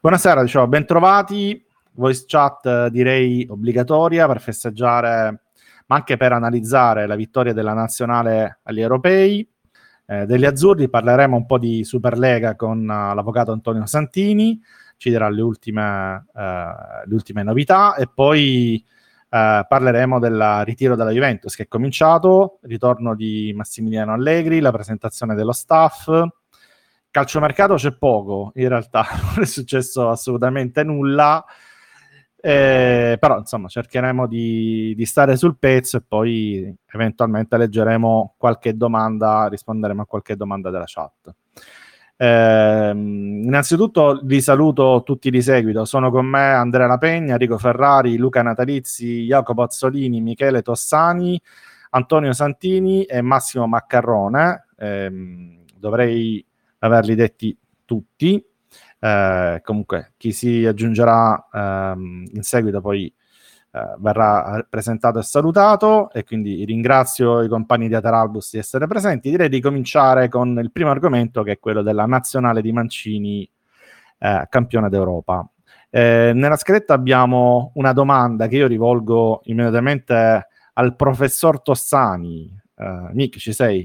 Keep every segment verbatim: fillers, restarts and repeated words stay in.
Buonasera, dicevo, bentrovati. Voice chat eh, direi obbligatoria per festeggiare, ma anche per analizzare la vittoria della nazionale agli europei. Eh, degli azzurri parleremo un po' di Superlega con uh, l'avvocato Antonio Santini, ci darà le ultime, uh, le ultime novità e poi uh, parleremo del ritiro della Juventus che è cominciato, il ritorno di Massimiliano Allegri, la presentazione dello staff. Calciomercato c'è poco, in realtà non è successo assolutamente nulla, eh, però insomma cercheremo di, di stare sul pezzo e poi eventualmente leggeremo qualche domanda, risponderemo a qualche domanda della chat. Eh, innanzitutto vi saluto tutti di seguito, sono con me Andrea Lapegna, Enrico Ferrari, Luca Natalizzi, Jacopo Azzolini, Michele Tossani, Antonio Santini e Massimo Maccarrone. Eh, dovrei averli detti tutti, eh, comunque chi si aggiungerà ehm, in seguito poi eh, verrà presentato e salutato, e quindi ringrazio i compagni di Ateralbus di essere presenti. Direi di cominciare con il primo argomento, che è quello della nazionale di Mancini, eh, campione d'Europa. Eh, nella scaletta abbiamo una domanda che io rivolgo immediatamente al professor Tossani. eh, Nick, ci sei?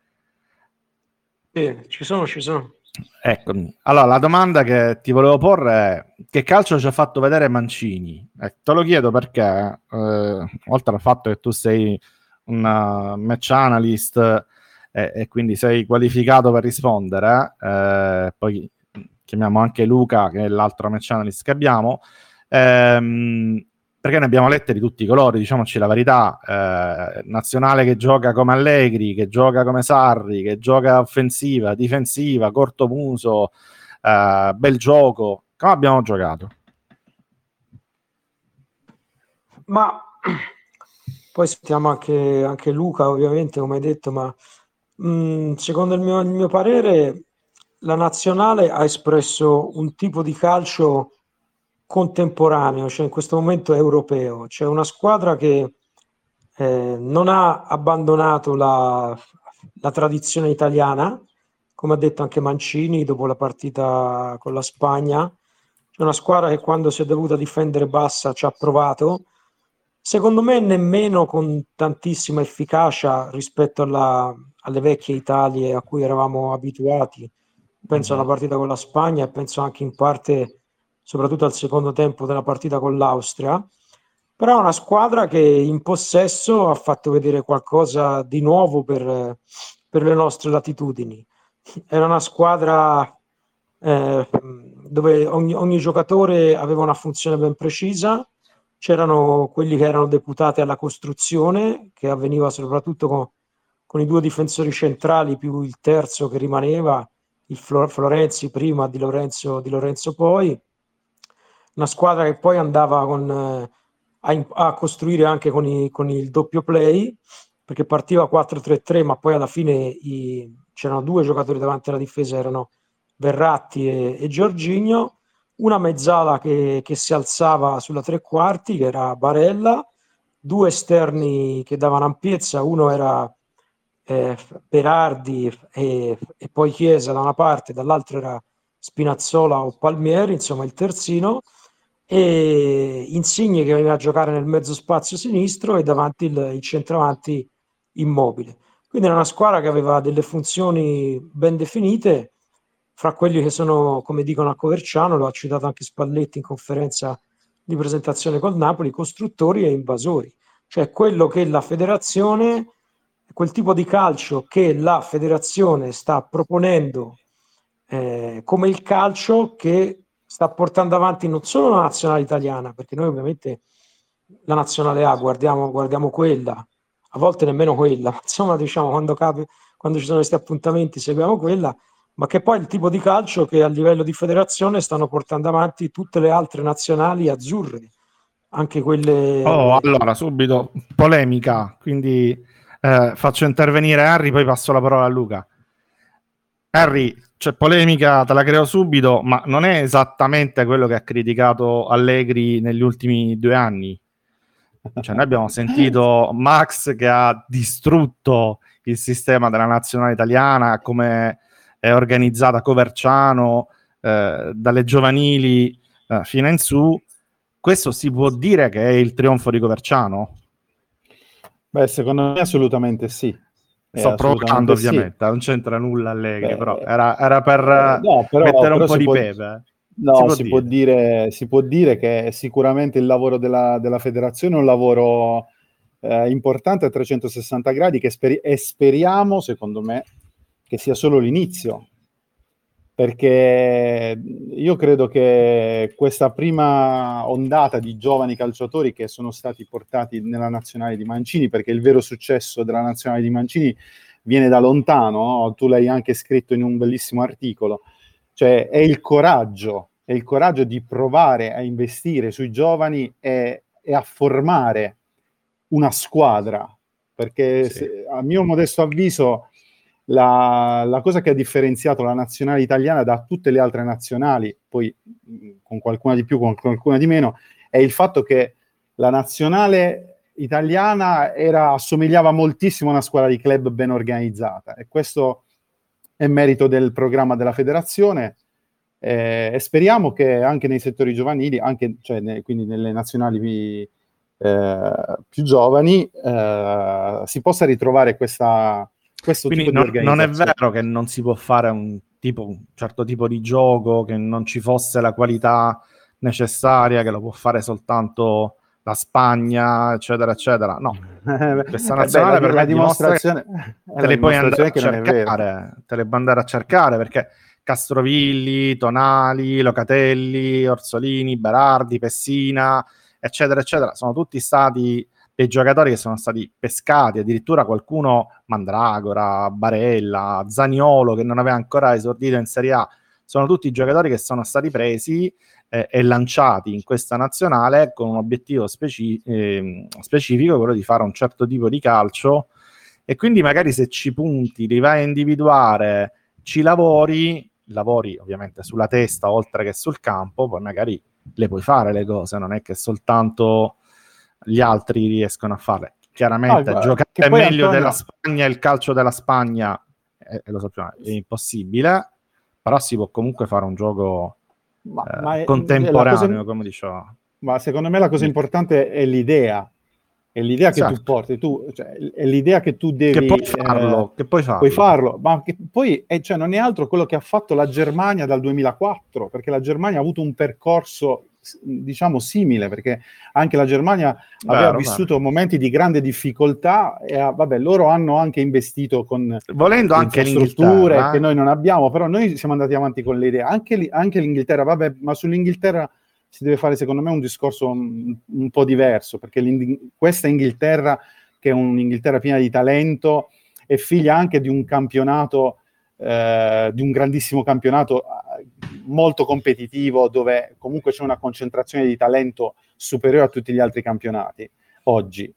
Sì, ci sono, ci sono. Eccomi. Allora, la domanda che ti volevo porre è: che calcio ci ha fatto vedere Mancini? Eh, te lo chiedo perché, eh, oltre al fatto che tu sei un uh, match analyst eh, e quindi sei qualificato per rispondere, eh, poi chiamiamo anche Luca, che è l'altro match analyst che abbiamo, ehm, perché ne abbiamo lette di tutti i colori, diciamoci la verità. Eh, nazionale che gioca come Allegri, che gioca come Sarri, che gioca offensiva, difensiva, cortomuso, eh, bel gioco. Come abbiamo giocato? Ma poi sentiamo anche, anche Luca, ovviamente, come hai detto, ma mh, secondo il mio, il mio parere la nazionale ha espresso un tipo di calcio contemporaneo, cioè in questo momento europeo. C'è una squadra che eh, non ha abbandonato la, la tradizione italiana, come ha detto anche Mancini dopo la partita con la Spagna. C'è una squadra che quando si è dovuta difendere bassa ci ha provato. Secondo me nemmeno con tantissima efficacia rispetto alla, alle vecchie Italie a cui eravamo abituati. Penso alla partita con la Spagna e penso anche in parte, soprattutto al secondo tempo della partita con l'Austria. Però è una squadra che in possesso ha fatto vedere qualcosa di nuovo per, per le nostre latitudini. Era una squadra eh, dove ogni, ogni giocatore aveva una funzione ben precisa. C'erano quelli che erano deputati alla costruzione, che avveniva soprattutto con, con i due difensori centrali più il terzo che rimaneva, il Flor- Florenzi prima, Di Lorenzo, Di Lorenzo poi. Una squadra che poi andava con, eh, a, a costruire anche con, i, con il doppio play, perché partiva quattro tre tre, ma poi alla fine i, c'erano due giocatori davanti alla difesa, erano Verratti e, e Jorginho, una mezzala che, che si alzava sulla tre quarti, che era Barella, due esterni che davano ampiezza, uno era eh, Berardi e, e poi Chiesa da una parte, dall'altra era Spinazzola o Palmieri, insomma il terzino, e Insigne che veniva a giocare nel mezzo spazio sinistro e davanti il, il centravanti Immobile. Quindi era una squadra che aveva delle funzioni ben definite, fra quelli che sono, come dicono a Coverciano, lo ha citato anche Spalletti in conferenza di presentazione col Napoli, costruttori e invasori, cioè quello che la federazione, quel tipo di calcio che la federazione sta proponendo eh, come il calcio che sta portando avanti non solo la nazionale italiana, perché noi ovviamente la nazionale A guardiamo, guardiamo quella, a volte nemmeno quella, insomma diciamo quando, capi, quando ci sono questi appuntamenti seguiamo quella, ma che poi è il tipo di calcio che a livello di federazione stanno portando avanti tutte le altre nazionali azzurre, anche quelle... Oh, allora, subito, polemica, quindi eh, faccio intervenire Harry, poi passo la parola a Luca. Harry, c'è polemica, te la creo subito, ma non è esattamente quello che ha criticato Allegri negli ultimi due anni. Cioè, noi abbiamo sentito Max che ha distrutto il sistema della nazionale italiana, come è organizzata Coverciano, eh, dalle giovanili eh, fino in su, questo si può dire che è il trionfo di Coverciano? Beh, secondo me assolutamente sì. Sto provocando, sì. ovviamente, non c'entra nulla Allegri, Beh, però era, era per eh, no, però, mettere un però po' si di può, pepe. no, si, può, si, dire. Può dire, si può dire che sicuramente il lavoro della, della federazione è un lavoro eh, importante a trecentosessanta gradi che speri- e speriamo, secondo me, che sia solo l'inizio. Perché io credo che questa prima ondata di giovani calciatori che sono stati portati nella nazionale di Mancini, perché il vero successo della nazionale di Mancini viene da lontano, no? Tu l'hai anche scritto in un bellissimo articolo, cioè è il coraggio, è il coraggio di provare a investire sui giovani e, e a formare una squadra, perché Sì. se, a mio modesto avviso La, la cosa che ha differenziato la nazionale italiana da tutte le altre nazionali, poi con qualcuna di più, con qualcuna di meno, è il fatto che la nazionale italiana era, assomigliava moltissimo a una squadra di club ben organizzata, e questo è merito del programma della federazione, eh, e speriamo che anche nei settori giovanili, anche, cioè, ne, quindi nelle nazionali più, eh, più giovani, eh, si possa ritrovare questa questo Quindi tipo non, di organizzazione. non è vero che non si può fare un, tipo, un certo tipo di gioco, che non ci fosse la qualità necessaria, che lo può fare soltanto la Spagna, eccetera, eccetera. No, questa nazionale eh beh, la, per la me dimostra che te le puoi andare a cercare, te le puoi andare a cercare, perché Castrovilli, Tonali, Locatelli, Orsolini, Berardi, Pessina, eccetera, eccetera, sono tutti stati dei giocatori che sono stati pescati, addirittura qualcuno, Mandragora, Barella, Zaniolo, che non aveva ancora esordito in Serie A, sono tutti giocatori che sono stati presi eh, e lanciati in questa nazionale con un obiettivo speci- eh, specifico, quello di fare un certo tipo di calcio, e quindi magari se ci punti, li vai a individuare, ci lavori, lavori ovviamente sulla testa oltre che sul campo, poi magari le puoi fare le cose, non è che soltanto gli altri riescono a farle. Chiaramente no, giocare che poi, meglio Antonio, della Spagna, il calcio della Spagna, eh, lo sappiamo, è impossibile, però si può comunque fare un gioco ma, eh, ma è, contemporaneo, cosa, come diceva. Ma secondo me la cosa importante è l'idea, è l'idea che certo. tu porti, tu, cioè, è l'idea che tu devi... Che puoi farlo, eh, che puoi farlo. Puoi farlo, ma che poi eh, cioè, non è altro quello che ha fatto la Germania dal duemilaquattro, perché la Germania ha avuto un percorso, diciamo, simile, perché anche la Germania vero, aveva vissuto vero. momenti di grande difficoltà e ha, vabbè, loro hanno anche investito con volendo anche strutture eh? che noi non abbiamo, però noi siamo andati avanti con le idee. Anche, anche l'Inghilterra, vabbè, ma sull'Inghilterra si deve fare secondo me un discorso un, un po' diverso, perché questa Inghilterra, che è un'Inghilterra piena di talento, è figlia anche di un campionato, eh, di un grandissimo campionato molto competitivo, dove comunque c'è una concentrazione di talento superiore a tutti gli altri campionati oggi.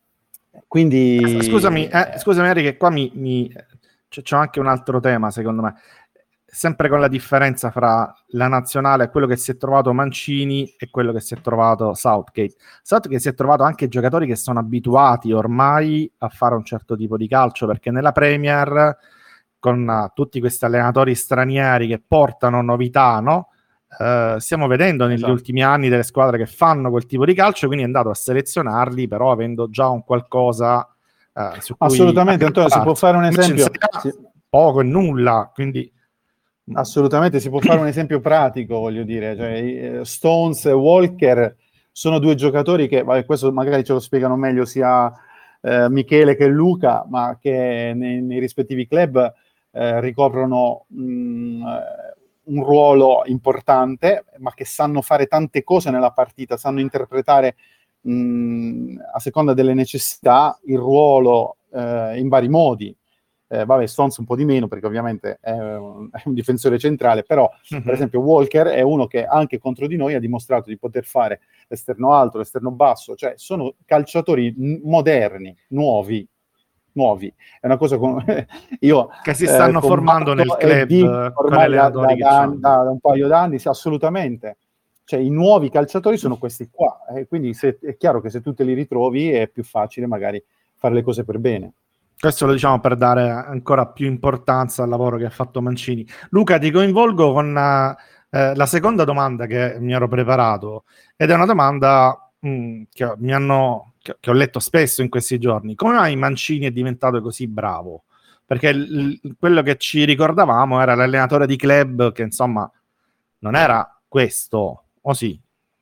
Quindi scusami, eh, scusami Eric, che qua mi, mi... C'è, c'è anche un altro tema secondo me, sempre con la differenza fra la nazionale e quello che si è trovato Mancini e quello che si è trovato Southgate. Southgate si è trovato anche giocatori che sono abituati ormai a fare un certo tipo di calcio, perché nella Premier, con uh, tutti questi allenatori stranieri che portano novità, no? Uh, stiamo vedendo negli esatto. ultimi anni delle squadre che fanno quel tipo di calcio, quindi è andato a selezionarli, però avendo già un qualcosa uh, su cui assolutamente, Antonio, si può fare un esempio sì. poco e nulla, quindi assolutamente si può fare un esempio pratico, voglio dire, cioè, Stones e Walker sono due giocatori che, vabbè, questo magari ce lo spiegano meglio sia eh, Michele che Luca, ma che nei, nei rispettivi club eh, ricoprono mh, un ruolo importante, ma che sanno fare tante cose nella partita, sanno interpretare mh, a seconda delle necessità il ruolo eh, in vari modi. Eh, vabbè, Stones un po' di meno, perché ovviamente è un, è un difensore centrale, però uh-huh. per esempio Walker è uno che anche contro di noi ha dimostrato di poter fare l'esterno alto, l'esterno basso, cioè sono calciatori n- moderni, nuovi, nuovi. È una cosa con, io che si stanno eh, formando nel club ormai da, da, da, da, da un paio d'anni, sì, assolutamente. Cioè i nuovi calciatori sono questi qua, e eh, quindi se, è chiaro che se tu te li ritrovi è più facile magari fare le cose per bene. Questo lo diciamo per dare ancora più importanza al lavoro che ha fatto Mancini. Luca, ti coinvolgo con uh, Eh, la seconda domanda che mi ero preparato, ed è una domanda mh, che mi hanno, che, che ho letto spesso in questi giorni: come mai Mancini è diventato così bravo? Perché il, quello che ci ricordavamo era l'allenatore di club che insomma non era questo, o sì?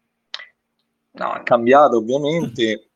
No, è cambiato ovviamente.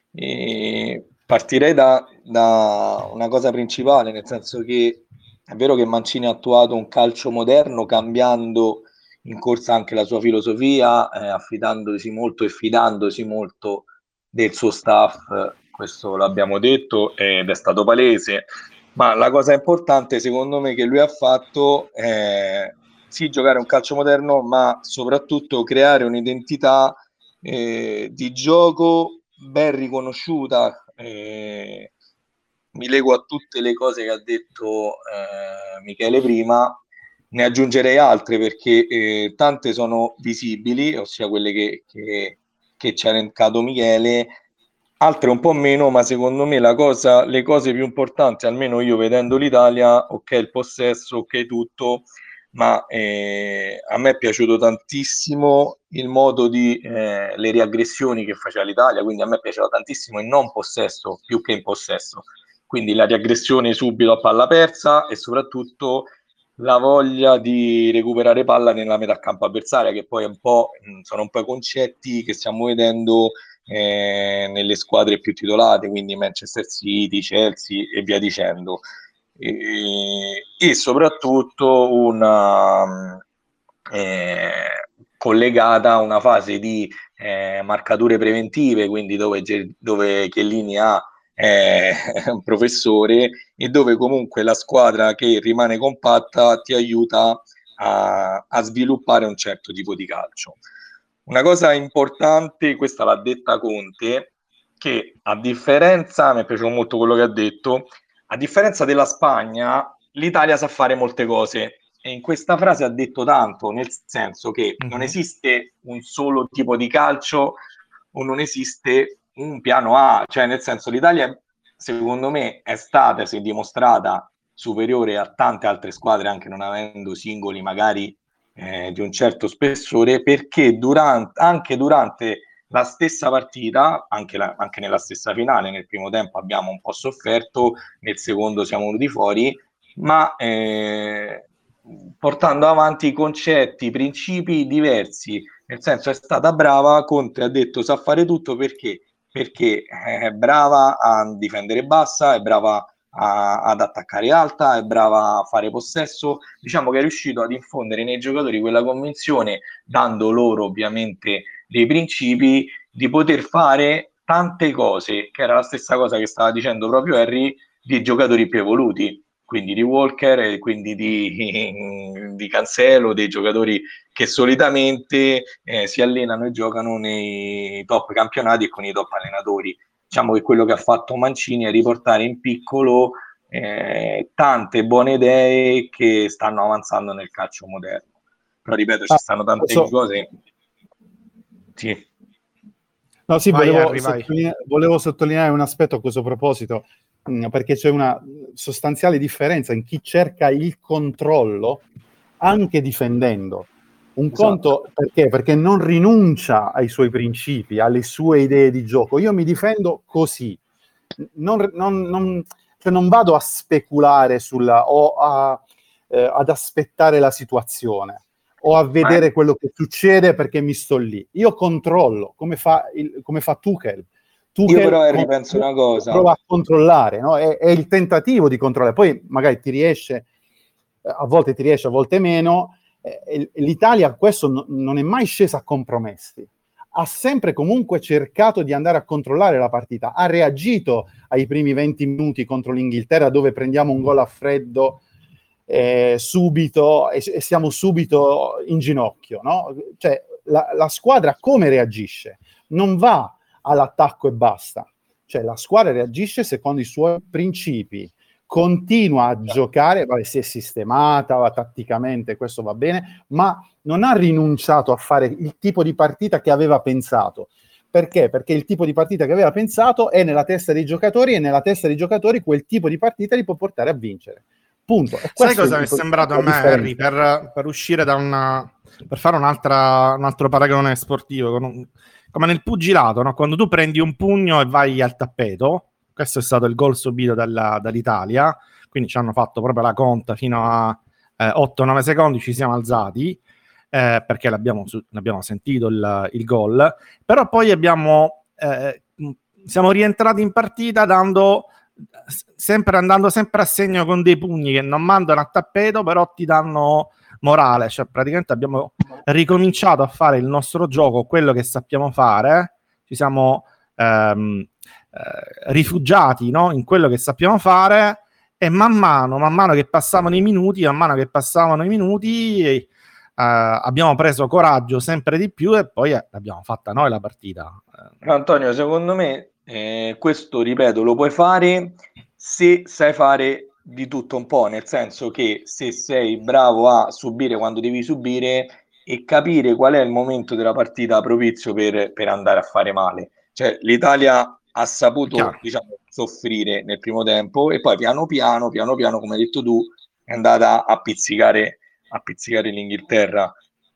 E partirei da, da una cosa principale, nel senso che è vero che Mancini ha attuato un calcio moderno cambiando in corsa anche la sua filosofia, eh, affidandosi molto e fidandosi molto del suo staff, questo l'abbiamo detto ed è stato palese, ma la cosa importante secondo me che lui ha fatto è sì giocare un calcio moderno, ma soprattutto creare un'identità eh, di gioco ben riconosciuta. Eh, mi lego a tutte le cose che ha detto eh, Michele prima, ne aggiungerei altre perché eh, tante sono visibili, ossia quelle che, che, che ci ha elencato Michele, altre un po' meno, ma secondo me la cosa, le cose più importanti, almeno io vedendo l'Italia, ok il possesso, ok tutto, ma eh, a me è piaciuto tantissimo il modo di eh, le riaggressioni che faceva l'Italia, quindi a me piaceva tantissimo il non possesso più che in possesso, quindi la riaggressione subito a palla persa e soprattutto la voglia di recuperare palla nella metà campo avversaria, che poi è un po', sono un po' i concetti che stiamo vedendo eh, nelle squadre più titolate, quindi Manchester City, Chelsea e via dicendo. E, e soprattutto una eh, collegata a una fase di eh, marcature preventive, quindi dove, dove Chiellini ha eh, un professore e dove comunque la squadra che rimane compatta ti aiuta a, a sviluppare un certo tipo di calcio. Una cosa importante, questa l'ha detta Conte, che a differenza, mi è piaciuto molto quello che ha detto, a differenza della Spagna, l'Italia sa fare molte cose. E in questa frase ha detto tanto, nel senso che mm-hmm. non esiste un solo tipo di calcio o non esiste un piano A, cioè nel senso l'Italia secondo me è stata e si è dimostrata superiore a tante altre squadre anche non avendo singoli magari eh, di un certo spessore, perché durante, anche durante la stessa partita, anche, la, anche nella stessa finale, nel primo tempo abbiamo un po' sofferto, nel secondo siamo venuti fuori, ma eh, portando avanti concetti, principi diversi, nel senso è stata brava, Conte ha detto sa fare tutto perché perché è brava a difendere bassa, è brava a, ad attaccare alta, è brava a fare possesso, diciamo che è riuscito ad infondere nei giocatori quella convinzione, dando loro ovviamente dei principi, di poter fare tante cose, che era la stessa cosa che stava dicendo proprio Harry, di giocatori più evoluti, quindi di Walker e quindi di, di Cancelo, dei giocatori che solitamente eh, si allenano e giocano nei top campionati e con i top allenatori. Diciamo che quello che ha fatto Mancini è riportare in piccolo eh, tante buone idee che stanno avanzando nel calcio moderno. Però ripeto, ci stanno tante ah, so... cose. Sì. No, sì, vai, volevo, Harry, sottolinea- volevo sottolineare un aspetto a questo proposito, mh, perché c'è una sostanziale differenza in chi cerca il controllo anche difendendo. Un esatto. Conto perché? Perché non rinuncia ai suoi principi, alle sue idee di gioco. Io mi difendo così, non, non, non, cioè non vado a speculare sulla, o a, eh, ad aspettare la situazione o a vedere quello che succede perché mi sto lì. Io controllo, come fa, il, come fa Tuchel. Tuchel. Io però ripenso una cosa. Prova a controllare, no? È, è il tentativo di controllare. Poi magari ti riesce, a volte ti riesce, a volte meno. Eh, L'Italia questo no, non è mai scesa a compromessi. Ha sempre comunque cercato di andare a controllare la partita. Ha reagito ai primi venti minuti contro l'Inghilterra, dove prendiamo un gol a freddo Eh, subito e, e siamo subito in ginocchio, no? Cioè la, la squadra come reagisce? Non va all'attacco e basta, cioè la squadra reagisce secondo i suoi principi, continua a giocare, vabbè, si è sistemata va, tatticamente, questo va bene, ma non ha rinunciato a fare il tipo di partita che aveva pensato. Perché? Perché il tipo di partita che aveva pensato è nella testa dei giocatori e nella testa dei giocatori quel tipo di partita li può portare a vincere. punto. E sai questo cosa è mi è il- sembrato a la me, differenza. Harry, per, per uscire da una... per fare un'altra, un altro paragone sportivo, con un- come nel pugilato, no? Quando tu prendi un pugno e vai al tappeto, questo è stato il gol subito dalla- dall'Italia, quindi ci hanno fatto proprio la conta fino a eh, otto nove secondi, ci siamo alzati, eh, perché l'abbiamo, su- l'abbiamo sentito il, il gol, però poi abbiamo, eh, siamo rientrati in partita dando, sempre andando sempre a segno con dei pugni che non mandano a tappeto, però ti danno morale, cioè praticamente abbiamo ricominciato a fare il nostro gioco, quello che sappiamo fare, ci siamo ehm, eh, rifugiati, no? In quello che sappiamo fare, e man mano, man mano che passavano i minuti, man mano che passavano i minuti, eh, abbiamo preso coraggio sempre di più e poi eh, l'abbiamo fatta noi la partita. Antonio, secondo me eh, questo, ripeto, lo puoi fare se sai fare di tutto un po', nel senso che se sei bravo a subire quando devi subire e capire qual è il momento della partita propizio per, per andare a fare male. Cioè, l'Italia ha saputo, Chiaro. diciamo, soffrire nel primo tempo e poi piano piano, piano piano, come hai detto tu, è andata a pizzicare, a pizzicare l'Inghilterra.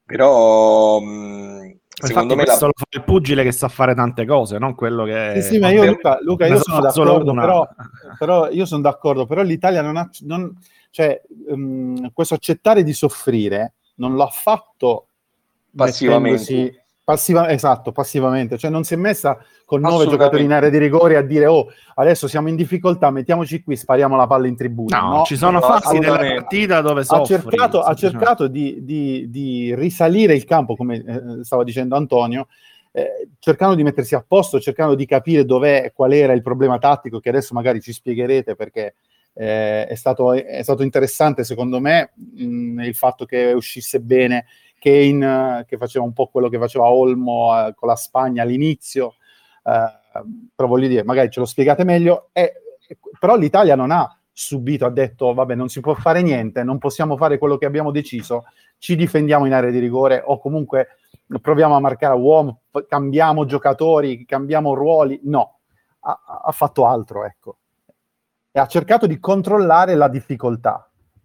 Però mh, secondo Infatti me la... questo lo fa il pugile che sa fare tante cose, non quello che... Sì, sì, ma io Luca, Luca ne io so sono fare solo d'accordo, una. però, però io sono d'accordo, però l'Italia non ha, non, cioè, um, questo accettare di soffrire non l'ha fatto Passivamente. mettendosi passiva, esatto, passivamente, cioè non si è messa con nove Assolutamente. giocatori in area di rigore a dire oh, adesso siamo in difficoltà, mettiamoci qui, spariamo la palla in tribuna. No, No, ci sono no, fasi della assolutamente. partita dove ha soffri. cercato, ha semplicemente. cercato di, di, di risalire il campo, come eh, stava dicendo Antonio, eh, cercando di mettersi a posto, cercando di capire dov'è, qual era il problema tattico, che adesso magari ci spiegherete, perché eh, è, stato, è stato interessante secondo me mh, il fatto che uscisse bene Kane, che faceva un po' quello che faceva Olmo eh, con la Spagna all'inizio, eh, però voglio dire, magari ce lo spiegate meglio, eh, però l'Italia non ha subito, ha detto vabbè non si può fare niente, non possiamo fare quello che abbiamo deciso, ci difendiamo in area di rigore o comunque proviamo a marcare a uomo, cambiamo giocatori, cambiamo ruoli, no, ha, ha fatto altro, ecco, e ha cercato di controllare la difficoltà.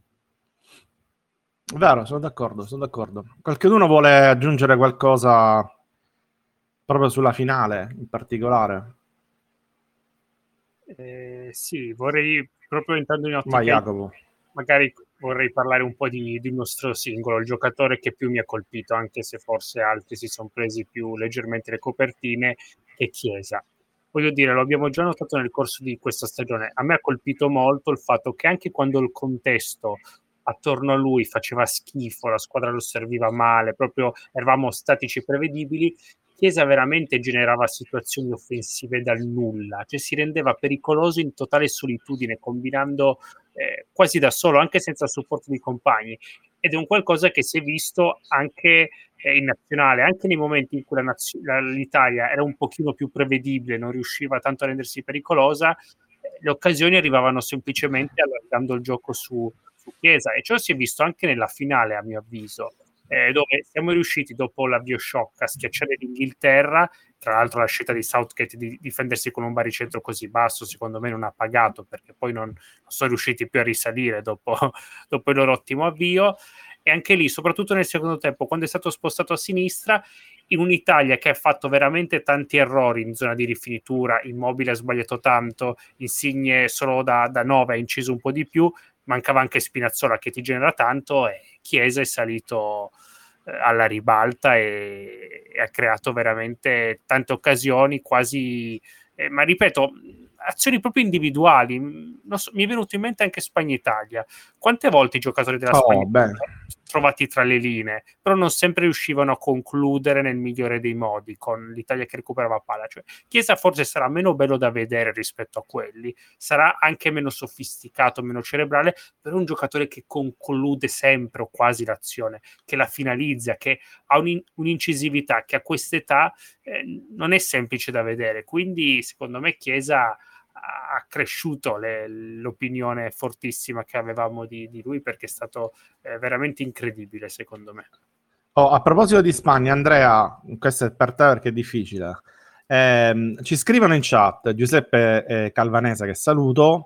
Vero, sono d'accordo, sono d'accordo. Qualcuno vuole aggiungere qualcosa proprio sulla finale in particolare? Eh, sì, vorrei proprio entrando in ottica, Vai Jacopo. magari vorrei parlare un po' di, di nostro singolo, il giocatore che più mi ha colpito, anche se forse altri si sono presi più leggermente le copertine, è Chiesa. Voglio dire, lo abbiamo già notato nel corso di questa stagione, a me ha colpito molto il fatto che anche quando il contesto attorno a lui faceva schifo, la squadra lo serviva male, proprio eravamo statici prevedibili, Chiesa veramente generava situazioni offensive dal nulla, cioè si rendeva pericoloso in totale solitudine, combinando eh, quasi da solo, anche senza supporto di compagni, ed è un qualcosa che si è visto anche eh, in nazionale, anche nei momenti in cui la naz- la, l'Italia era un pochino più prevedibile, non riusciva tanto a rendersi pericolosa, eh, le occasioni arrivavano semplicemente allargando il gioco su, su Chiesa, e ciò si è visto anche nella finale, a mio avviso. Eh, dove siamo riusciti dopo l'avvio shock a schiacciare l'Inghilterra. Tra l'altro la scelta di Southgate di difendersi con un baricentro così basso secondo me non ha pagato, perché poi non, non sono riusciti più a risalire dopo, dopo il loro ottimo avvio, e anche lì soprattutto nel secondo tempo, quando è stato spostato a sinistra, in un'Italia che ha fatto veramente tanti errori in zona di rifinitura, Immobile ha sbagliato tanto, Insigne solo da, da nove ha inciso un po' di più, mancava anche Spinazzola che ti genera tanto, e Chiesa è salito eh, alla ribalta e, e ha creato veramente tante occasioni, quasi, eh, ma ripeto, azioni proprio individuali. Non so, mi è venuto in mente anche Spagna-Italia. Quante volte i giocatori della Oh, Spagna bene. trovati tra le linee, però non sempre riuscivano a concludere nel migliore dei modi, con l'Italia che recuperava palla. Cioè, Chiesa forse sarà meno bello da vedere rispetto a quelli, sarà anche meno sofisticato, meno cerebrale, però un giocatore che conclude sempre o quasi l'azione, che la finalizza, che ha un, un'incisività che a quest'età eh, non è semplice da vedere. Quindi secondo me Chiesa ha cresciuto le, l'opinione fortissima che avevamo di, di lui, perché è stato eh, veramente incredibile secondo me. Oh, a proposito di Spagna, Andrea, questo è per te perché è difficile. Eh, ci scrivono in chat Giuseppe eh, Calvanese, che saluto,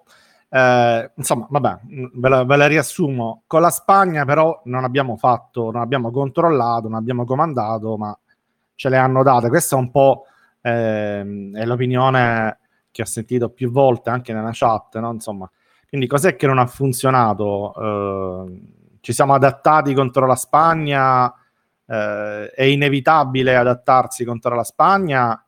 Eh, insomma, vabbè, ve la, ve la riassumo. Con la Spagna però non abbiamo fatto, non abbiamo controllato, non abbiamo comandato, ma ce le hanno date. Questa è un po' ehm, è l'opinione che ho sentito più volte anche nella chat, no? Insomma, quindi cos'è che non ha funzionato? Eh, ci siamo adattati contro la Spagna, eh, è inevitabile adattarsi contro la Spagna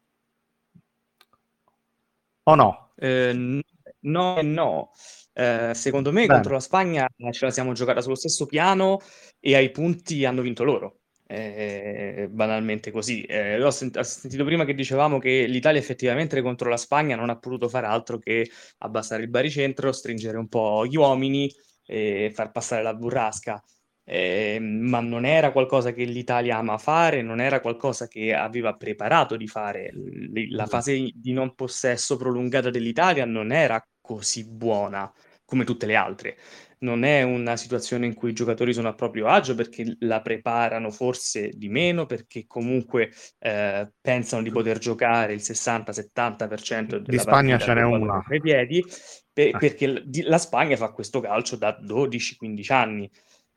o no? Eh, no e no. Eh, secondo me Bene. contro la Spagna ce la siamo giocata sullo stesso piano e ai punti hanno vinto loro. Eh, banalmente così. Eh, ho, sent- ho sentito prima che dicevamo che l'Italia effettivamente contro la Spagna non ha potuto fare altro che abbassare il baricentro, stringere un po' gli uomini e far passare la burrasca. Eh, ma non era qualcosa che l'Italia ama fare, non era qualcosa che aveva preparato di fare. L- La fase di non possesso prolungata dell'Italia non era così buona come tutte le altre. Non è una situazione in cui i giocatori sono a proprio agio perché la preparano forse di meno, perché comunque eh, pensano di poter giocare il sessanta settanta per cento Di della Spagna partita ce n'è con una. i piedi, pe- Eh. perché l- di- la Spagna fa questo calcio da dodici quindici anni.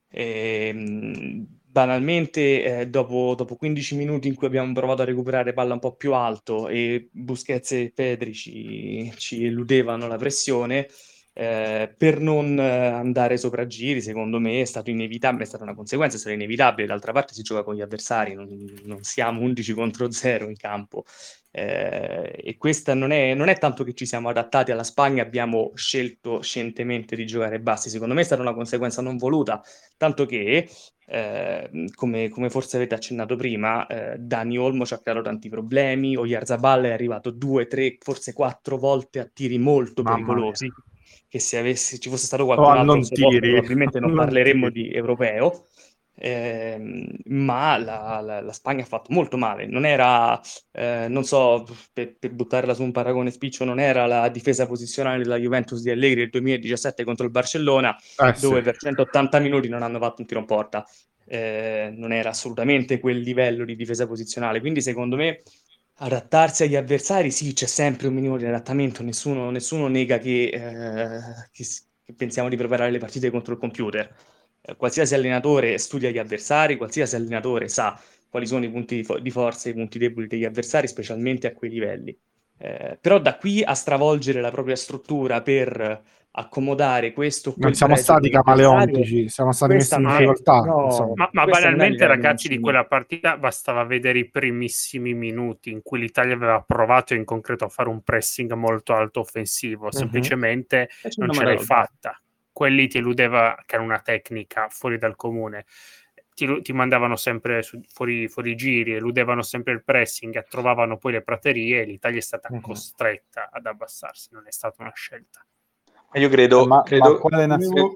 Ehm, banalmente, eh, dopo, dopo quindici minuti in cui abbiamo provato a recuperare palla un po' più alto e Busquets e Pedri ci, ci eludevano la pressione, eh, per non eh, andare sopra giri, secondo me è stato inevitabile, è stata una conseguenza, è stato inevitabile. D'altra parte si gioca con gli avversari, non, non siamo undici contro zero in campo. Eh, e questa non è, non è tanto che ci siamo adattati alla Spagna, abbiamo scelto scientemente di giocare bassi. Secondo me è stata una conseguenza non voluta, tanto che, eh, come, come forse avete accennato prima, eh, Dani Olmo ci ha creato tanti problemi, Oyarzabal è arrivato due, tre, forse quattro volte a tiri molto Mamma pericolosi, che se avessi, ci fosse stato Oh, qualcun altro al non suo posto tiri. probabilmente non Non parleremmo tiri. di europeo. Ehm, ma la, la- la Spagna ha fatto molto male, non era, eh, non so, per, per buttarla su un paragone spiccio, non era la difesa posizionale della Juventus di Allegri del duemiladiciassette contro il Barcellona, Eh, sì. dove per centottanta minuti non hanno fatto un tiro in porta. Eh, non era assolutamente quel livello di difesa posizionale, quindi secondo me adattarsi agli avversari, sì, c'è sempre un minimo di adattamento, nessuno, nessuno nega che, eh, che s- che pensiamo di preparare le partite contro il computer. Eh, qualsiasi allenatore studia gli avversari, qualsiasi allenatore sa quali sono i punti di, fo- di forza e i punti deboli degli avversari, specialmente a quei livelli. Eh, però da qui a stravolgere la propria struttura per accomodare questo o Non quel siamo pregio stati dell'avversario, camaleontici, siamo stati questa messi in non è, difficoltà. no, Insomma. Ma, ma questa non è banalmente, l'idea di ragazzi, di Mancini. quella partita bastava vedere i primissimi minuti in cui l'Italia aveva provato in concreto a fare un pressing molto alto offensivo, semplicemente E ci non ce andiamo l'hai da- fatta. Quelli ti eludeva, che era una tecnica fuori dal comune, ti, ti mandavano sempre su, fuori, fuori giri, eludevano sempre il pressing, trovavano poi le praterie e l'Italia è stata Mhm. costretta ad abbassarsi, non è stata una scelta. Ma io credo, Eh, ma, credo, ma quale nazione?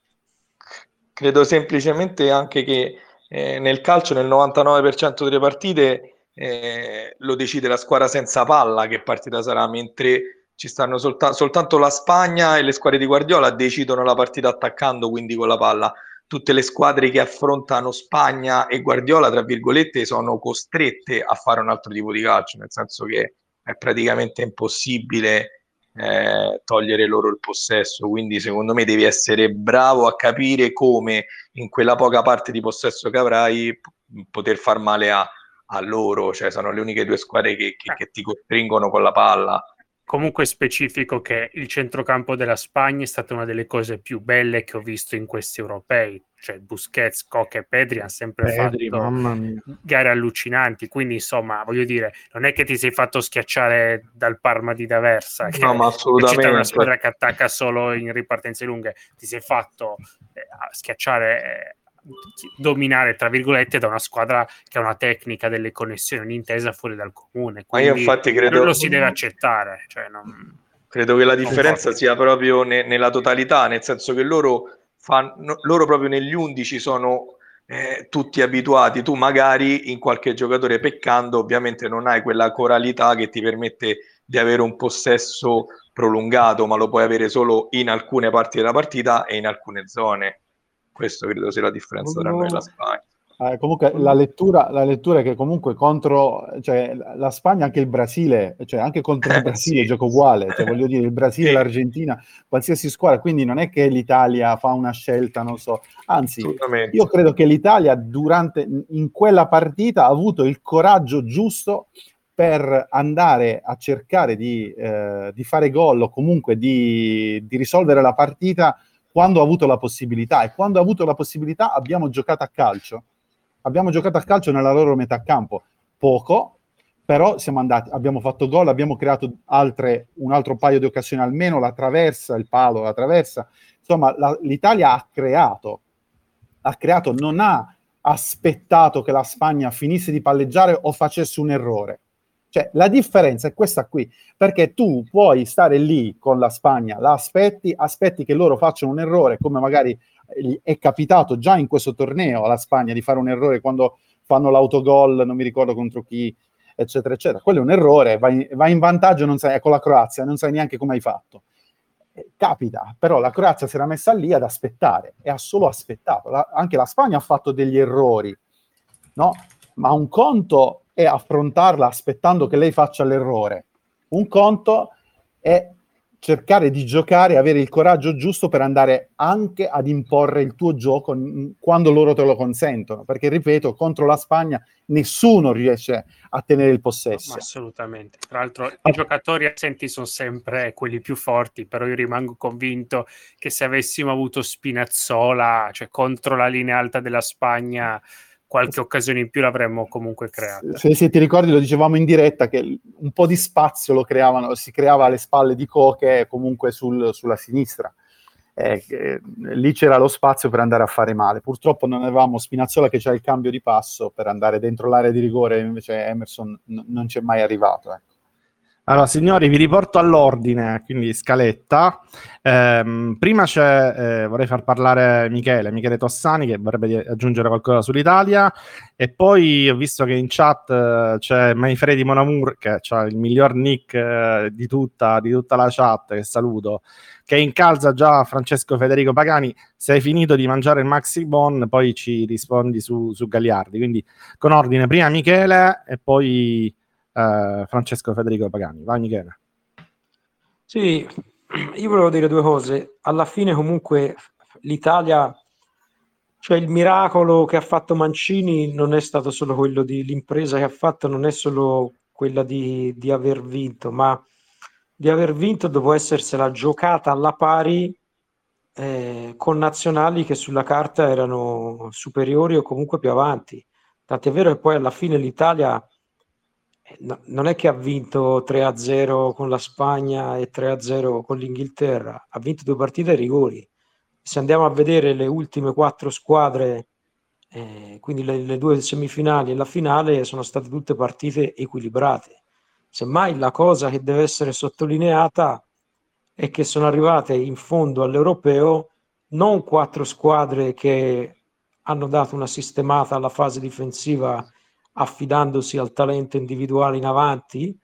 credo semplicemente anche che eh, nel calcio nel novantanove per cento delle partite eh, lo decide la squadra senza palla che partita sarà, mentre ci stanno solta- soltanto la Spagna e le squadre di Guardiola decidono la partita attaccando, quindi con la palla. Tutte le squadre che affrontano Spagna e Guardiola, tra virgolette, sono costrette a fare un altro tipo di calcio, nel senso che è praticamente impossibile eh, togliere loro il possesso, quindi secondo me devi essere bravo a capire come in quella poca parte di possesso che avrai p- poter far male a, a loro, cioè sono le uniche due squadre che, che, che ti costringono con la palla. Comunque specifico che il centrocampo della Spagna è stata una delle cose più belle che ho visto in questi europei, cioè Busquets, Coque e Pedri hanno sempre Pedri, fatto mamma mia. gare allucinanti, quindi insomma voglio dire, non è che ti sei fatto schiacciare dal Parma di D'Aversa, che No, ma che c'è una assolutamente. squadra che attacca solo in ripartenze lunghe, ti sei fatto eh, schiacciare, eh, dominare tra virgolette da una squadra che ha una tecnica delle connessioni, un'intesa fuori dal comune, Ma io quindi infatti lo, credo, lo si deve accettare, cioè non, credo che la non differenza forza. sia proprio ne- nella totalità, nel senso che loro, fanno, loro proprio negli undici sono eh, tutti abituati, tu magari in qualche giocatore peccando ovviamente non hai quella coralità che ti permette di avere un possesso prolungato, ma lo puoi avere solo in alcune parti della partita e in alcune zone. Questo credo sia la differenza tra noi e la Spagna. Eh, comunque la lettura, la lettura è che comunque contro, cioè, la Spagna, anche il Brasile, cioè anche contro il Brasile Sì. gioco uguale, cioè voglio dire il Brasile, Sì. l'Argentina, qualsiasi squadra, quindi non è che l'Italia fa una scelta, non so, anzi Assolutamente. io credo che l'Italia durante, in quella partita ha avuto il coraggio giusto per andare a cercare di, eh, di fare gol o comunque di, di risolvere la partita quando ha avuto la possibilità, e quando ha avuto la possibilità abbiamo giocato a calcio. Abbiamo giocato a calcio nella loro metà campo, poco, però siamo andati, abbiamo fatto gol, abbiamo creato altre, un altro paio di occasioni almeno, la traversa, il palo, la traversa. Insomma, la, l'Italia ha creato, ha creato, non ha aspettato che la Spagna finisse di palleggiare o facesse un errore. Cioè, la differenza è questa qui, perché tu puoi stare lì con la Spagna, la aspetti, aspetti che loro facciano un errore, come magari è capitato già in questo torneo alla Spagna di fare un errore quando fanno l'autogol, non mi ricordo contro chi, eccetera, eccetera. Quello è un errore, vai, vai in vantaggio, non sai, con la Croazia, non sai neanche come hai fatto. Eh, capita, però la Croazia si era messa lì ad aspettare, e ha solo aspettato. La, anche la Spagna ha fatto degli errori, no? Ma un conto è affrontarla aspettando che lei faccia l'errore. Un conto è cercare di giocare e avere il coraggio giusto per andare anche ad imporre il tuo gioco quando loro te lo consentono, perché ripeto, contro la Spagna nessuno riesce a tenere il possesso. Ma assolutamente. Tra l'altro i giocatori assenti sono sempre quelli più forti, però io rimango convinto che se avessimo avuto Spinazzola, cioè contro la linea alta della Spagna, qualche occasione in più l'avremmo comunque creata. Se, se ti ricordi, lo dicevamo in diretta, che un po' di spazio lo creavano, si creava alle spalle di Koke, comunque sul, sulla sinistra. Eh, eh, lì c'era lo spazio per andare a fare male. Purtroppo non avevamo Spinazzola che c'ha il cambio di passo per andare dentro l'area di rigore, invece Emerson n- non c'è mai arrivato. Ecco. Allora, signori, vi riporto all'ordine, quindi scaletta. Ehm, prima c'è, eh, vorrei far parlare Michele, Michele Tossani, che vorrebbe aggiungere qualcosa sull'Italia, e poi ho visto che in chat eh, c'è Manfredi Monamur, che ha il miglior nick eh, di, tutta, di tutta la chat, che saluto, che incalza già Francesco Federico Pagani. Se hai finito di mangiare il Maxi Bon, poi ci rispondi su, su Gagliardi. Quindi con ordine, prima Michele e poi... Uh, Francesco Federico Pagani. Vai Michele. Sì, io volevo dire due cose. Alla fine comunque l'Italia, cioè il miracolo che ha fatto Mancini non è stato solo quello di l'impresa che ha fatto, non è solo quella di, di aver vinto, ma di aver vinto dopo essersela giocata alla pari eh, con nazionali che sulla carta erano superiori o comunque più avanti. Tant'è vero che poi alla fine l'Italia No, non è che ha vinto tre a zero con la Spagna e tre a zero con l'Inghilterra, ha vinto due partite ai rigori. Se andiamo a vedere le ultime quattro squadre, eh, quindi le, le due semifinali e la finale, sono state tutte partite equilibrate. Semmai la cosa che deve essere sottolineata è che sono arrivate in fondo all'Europeo non quattro squadre che hanno dato una sistemata alla fase difensiva affidandosi al talento individuale in avanti,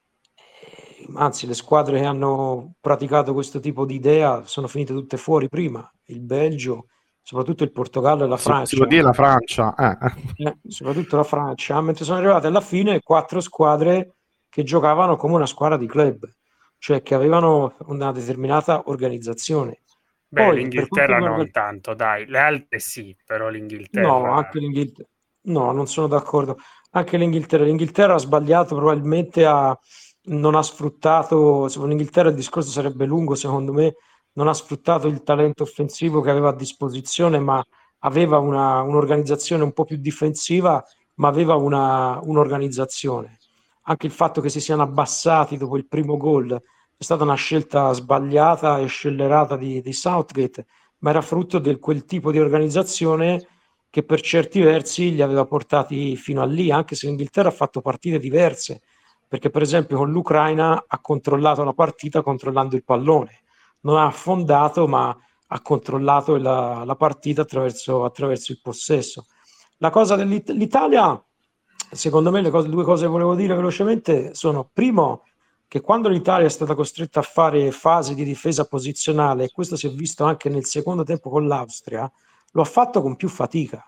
anzi le squadre che hanno praticato questo tipo di idea sono finite tutte fuori prima, il Belgio, soprattutto il Portogallo e la Francia. Si può dire la Francia. Eh. Eh, soprattutto la Francia, mentre sono arrivate alla fine quattro squadre che giocavano come una squadra di club, cioè che avevano una determinata organizzazione. Beh, Poi, l'Inghilterra per non quanto... tanto, dai, le altre sì, però l'Inghilterra... No, anche l'Inghilterra... No, non sono d'accordo. Anche l'Inghilterra. L'Inghilterra ha sbagliato, probabilmente ha... non ha sfruttato, se con l'Inghilterra il discorso sarebbe lungo, secondo me, non ha sfruttato il talento offensivo che aveva a disposizione, ma aveva una, un'organizzazione un po' più difensiva, ma aveva una, un'organizzazione. Anche il fatto che si siano abbassati dopo il primo gol è stata una scelta sbagliata e scellerata di, di Southgate, ma era frutto di quel tipo di organizzazione che per certi versi li aveva portati fino a lì, anche se l'Inghilterra ha fatto partite diverse, perché per esempio con l'Ucraina ha controllato la partita controllando il pallone, non ha affondato ma ha controllato la, la partita attraverso, attraverso il possesso. La cosa dell'Italia, secondo me le, cose, le due cose che volevo dire velocemente sono: primo, che quando l'Italia è stata costretta a fare fasi di difesa posizionale, e questo si è visto anche nel secondo tempo con l'Austria, lo ha fatto con più fatica,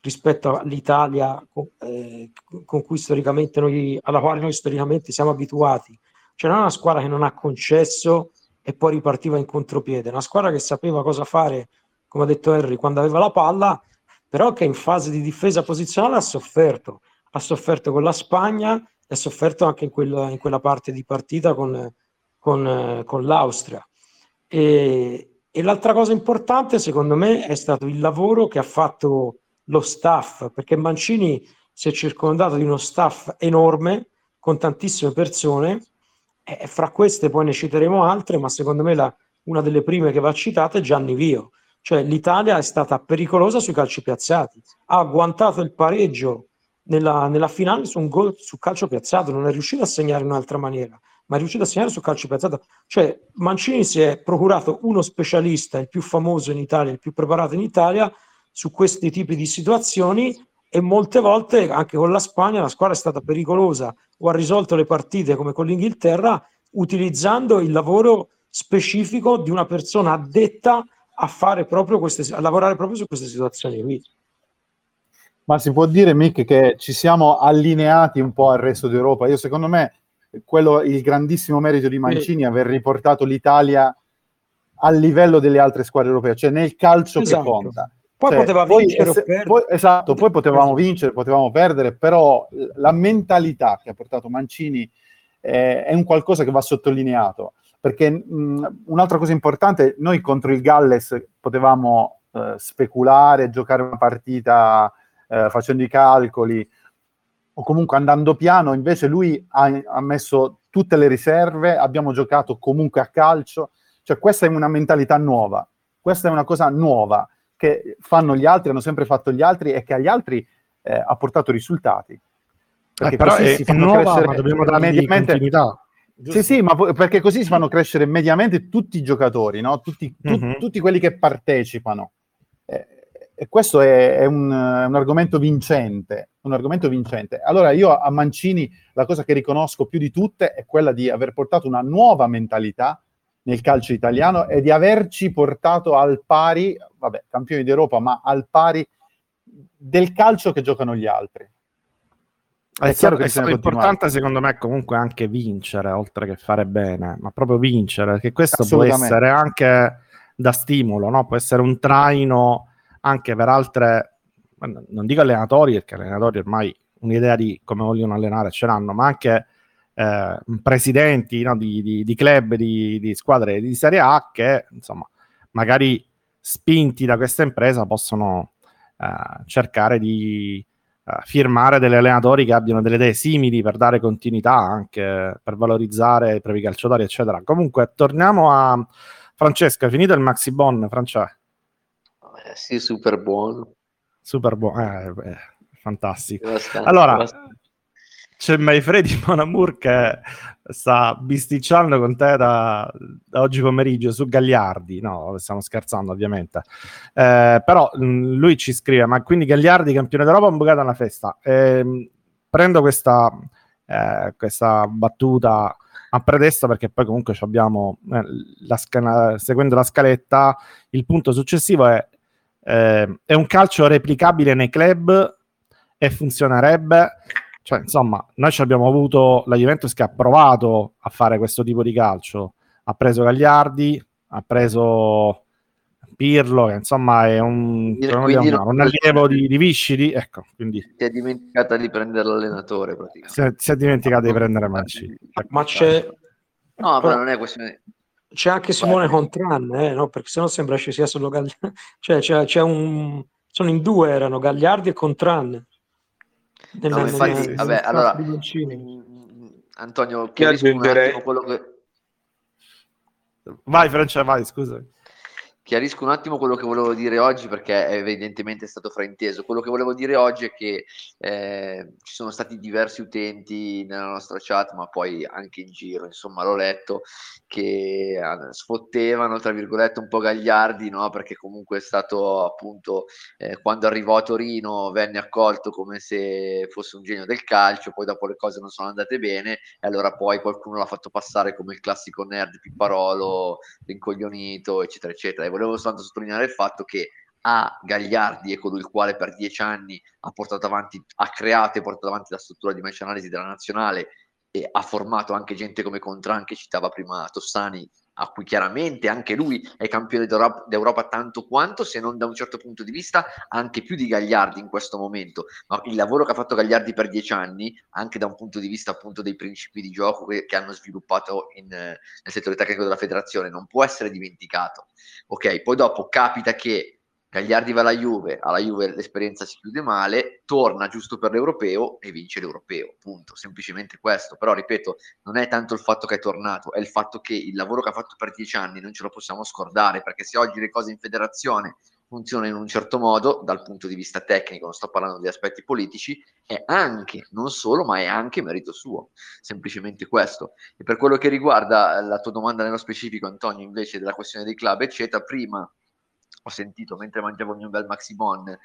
rispetto all'Italia eh, con cui storicamente noi, alla quale noi storicamente siamo abituati. Cioè non è una squadra che non ha concesso e poi ripartiva in contropiede, è una squadra che sapeva cosa fare, come ha detto Henry, quando aveva la palla, però che in fase di difesa posizionale ha sofferto, ha sofferto con la Spagna e ha sofferto anche in quella, in quella parte di partita con, con, con l'Austria. E, e l'altra cosa importante secondo me è stato il lavoro che ha fatto lo staff, perché Mancini si è circondato di uno staff enorme con tantissime persone, e fra queste poi ne citeremo altre, ma secondo me la, una delle prime che va citata è Gianni Vio. Cioè l'Italia è stata pericolosa sui calci piazzati, ha agguantato il pareggio nella, nella finale su un gol su calcio piazzato, non è riuscito a segnare in un'altra maniera, ma è riuscito a segnare su calcio piazzato. Cioè Mancini si è procurato uno specialista, il più famoso in Italia, il più preparato in Italia su questi tipi di situazioni, e molte volte anche con la Spagna la squadra è stata pericolosa o ha risolto le partite come con l'Inghilterra utilizzando il lavoro specifico di una persona addetta a fare proprio queste, a lavorare proprio su queste situazioni qui. Ma si può dire, Mick, che ci siamo allineati un po' al resto d'Europa? Io secondo me quello il grandissimo merito di Mancini è aver riportato l'Italia al livello delle altre squadre europee, cioè nel calcio esatto. che conta. Poi cioè, poteva poi, vincere esse, o perdere. Poi, esatto, poi potevamo esatto. vincere, potevamo perdere, però la mentalità che ha portato Mancini eh, è un qualcosa che va sottolineato, perché mh, un'altra cosa importante, noi contro il Galles potevamo eh, speculare, giocare una partita eh, facendo i calcoli, o comunque andando piano, invece lui ha, ha messo tutte le riserve, abbiamo giocato comunque a calcio, cioè questa è una mentalità nuova, questa è una cosa nuova che fanno gli altri, hanno sempre fatto gli altri e che agli altri eh, ha portato risultati. Perché eh, però così è, si fanno è nuova, crescere ma dobbiamo dargli mediamente continuità. Giusto? Sì, sì, ma perché così si fanno crescere mediamente tutti i giocatori, no? Tutti, tu, uh-huh. tutti quelli che partecipano. Eh, e questo è, è un, un argomento vincente, un argomento vincente. Allora io a Mancini la cosa che riconosco più di tutte è quella di aver portato una nuova mentalità nel calcio italiano e di averci portato al pari, vabbè, campioni d'Europa, ma al pari del calcio che giocano gli altri. È, è chiaro che è stato importante secondo me comunque anche vincere, oltre che fare bene, ma proprio vincere, perché questo può essere anche da stimolo, no? Può essere un traino anche per altre, non dico allenatori, perché allenatori ormai un'idea di come vogliono allenare ce l'hanno, ma anche eh, presidenti, no? di, di, di club, di, di squadre di Serie A che insomma magari spinti da questa impresa possono eh, cercare di Uh, firmare degli allenatori che abbiano delle idee simili per dare continuità, anche per valorizzare i propri calciatori, eccetera. Comunque, torniamo a Francesco. È finito il Maxi Bon, Francesco? Eh, sì, super buono. Super buono, eh, eh, fantastico. Allora, c'è Maifredi Monamur che sta bisticciando con te da, da oggi pomeriggio su Gagliardi. No, stiamo scherzando ovviamente. Eh, però mh, lui ci scrive, ma quindi Gagliardi campione d'Europa un bucato alla festa. Eh, prendo questa, eh, questa battuta a pretesto perché poi comunque abbiamo, eh, la sca- seguendo la scaletta, il punto successivo è eh, è un calcio replicabile nei club e funzionerebbe. Cioè, insomma, noi ci abbiamo avuto la Juventus che ha provato a fare questo tipo di calcio, ha preso Gagliardi, ha preso Pirlo, che insomma è un, quindi, un, un allievo di, di Viscidi, ecco, quindi si è dimenticata di prendere l'allenatore praticamente. Si è, si è dimenticata di prendere Mancini. Ma c'è no, ma non è questione. C'è anche Simone Contran, eh, no? Perché sennò sembra ci sia solo Gagliardi. Cioè, c'è, c'è un sono in due, erano Gagliardi e Contran. Nella, no, infatti, nella, vabbè, allora, mh, Antonio, chiarisco un attimo quello che... Vai, Francia, vai, scusa. Chiarisco un attimo quello che volevo dire oggi, perché evidentemente è stato frainteso. Quello che volevo dire oggi è che eh, ci sono stati diversi utenti nella nostra chat, ma poi anche in giro, insomma, l'ho letto, che sfottevano, tra virgolette, un po' Gagliardi, no? Perché comunque è stato appunto, eh, quando arrivò a Torino venne accolto come se fosse un genio del calcio, poi dopo le cose non sono andate bene, e allora poi qualcuno l'ha fatto passare come il classico nerd pipparolo, rincoglionito, eccetera, eccetera. Volevo soltanto sottolineare il fatto che a Gagliardi, è colui il quale per dieci anni ha portato avanti, ha creato e portato avanti la struttura di match analysis della nazionale e ha formato anche gente come Contran, che citava prima Tossani, a cui chiaramente anche lui è campione d'Europa, d'Europa tanto quanto, se non da un certo punto di vista anche più di Gagliardi in questo momento. Ma il lavoro che ha fatto Gagliardi per dieci anni, anche da un punto di vista appunto dei principi di gioco che, che hanno sviluppato in, nel settore tecnico della federazione, non può essere dimenticato. Ok, poi dopo capita che Gagliardi va alla Juve, alla Juve l'esperienza si chiude male, torna giusto per l'Europeo e vince l'Europeo, punto, semplicemente questo. Però ripeto, non è tanto il fatto che è tornato, è il fatto che il lavoro che ha fatto per dieci anni non ce lo possiamo scordare, perché se oggi le cose in federazione funzionano in un certo modo, dal punto di vista tecnico, non sto parlando di aspetti politici, è anche, non solo, ma è anche merito suo, semplicemente questo. E per quello che riguarda la tua domanda nello specifico, Antonio, invece della questione dei club, eccetera, prima ho sentito, mentre mangiavo il mio bel Maximon,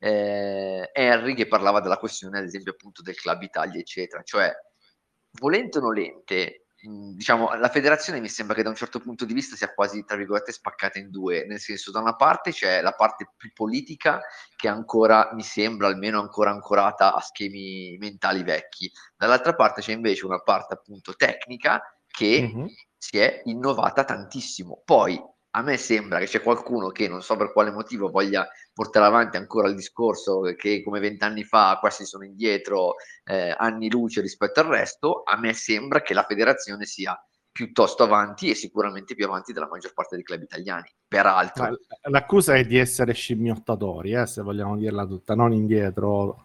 eh, Henry che parlava della questione, ad esempio, appunto del Club Italia, eccetera. Cioè, volente o nolente, mh, diciamo, la federazione mi sembra che da un certo punto di vista sia quasi, tra virgolette, spaccata in due, nel senso, da una parte c'è la parte più politica, che ancora, mi sembra, almeno ancora ancorata a schemi mentali vecchi, dall'altra parte c'è invece una parte, appunto, tecnica, che Mhm. si è innovata tantissimo. Poi, a me sembra che c'è qualcuno che non so per quale motivo voglia portare avanti ancora il discorso che come vent'anni fa questi sono indietro eh, anni luce rispetto al resto. A me sembra che la federazione sia piuttosto avanti e sicuramente più avanti della maggior parte dei club italiani. Peraltro, Ma l'accusa è di essere scimmiottatori, eh, se vogliamo dirla tutta, non indietro.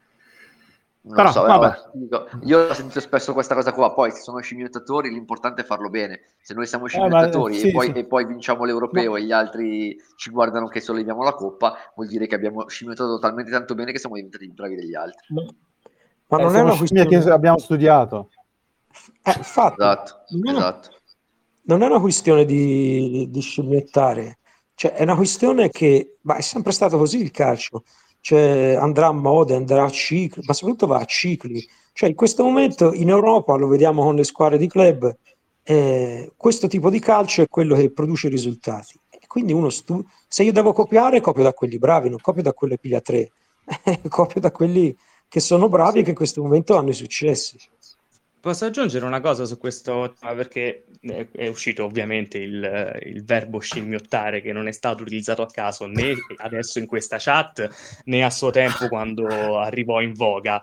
non Però, so, vabbè. dico, io ho sentito spesso questa cosa qua. Poi se sono scimmiottatori l'importante è farlo bene. Se noi siamo Eh, ma, scimmiottatori sì, e, poi, sì. e poi vinciamo l'Europeo Ma- e gli altri ci guardano che solleviamo la coppa, vuol dire che abbiamo scimmiottato talmente tanto bene che siamo diventati più bravi degli altri. Ma, ma eh, non è siamo una scimmie questione... che abbiamo studiato. Eh, infatti, Esatto, non è una, esatto. non è una questione di, di scimmiottare, cioè è una questione che, ma è sempre stato così il calcio, cioè andrà a mode, andrà a cicli, ma soprattutto va a cicli. Cioè in questo momento in Europa, lo vediamo con le squadre di club, eh, questo tipo di calcio è quello che produce risultati. E quindi uno stu- se io devo copiare, copio da quelli bravi, non copio da quelle piglia tre, copio da quelli che sono bravi e che in questo momento hanno i successi. Posso aggiungere una cosa su questo tema, perché è, è uscito ovviamente il, il verbo scimmiottare, che non è stato utilizzato a caso né adesso in questa chat né a suo tempo quando arrivò in voga.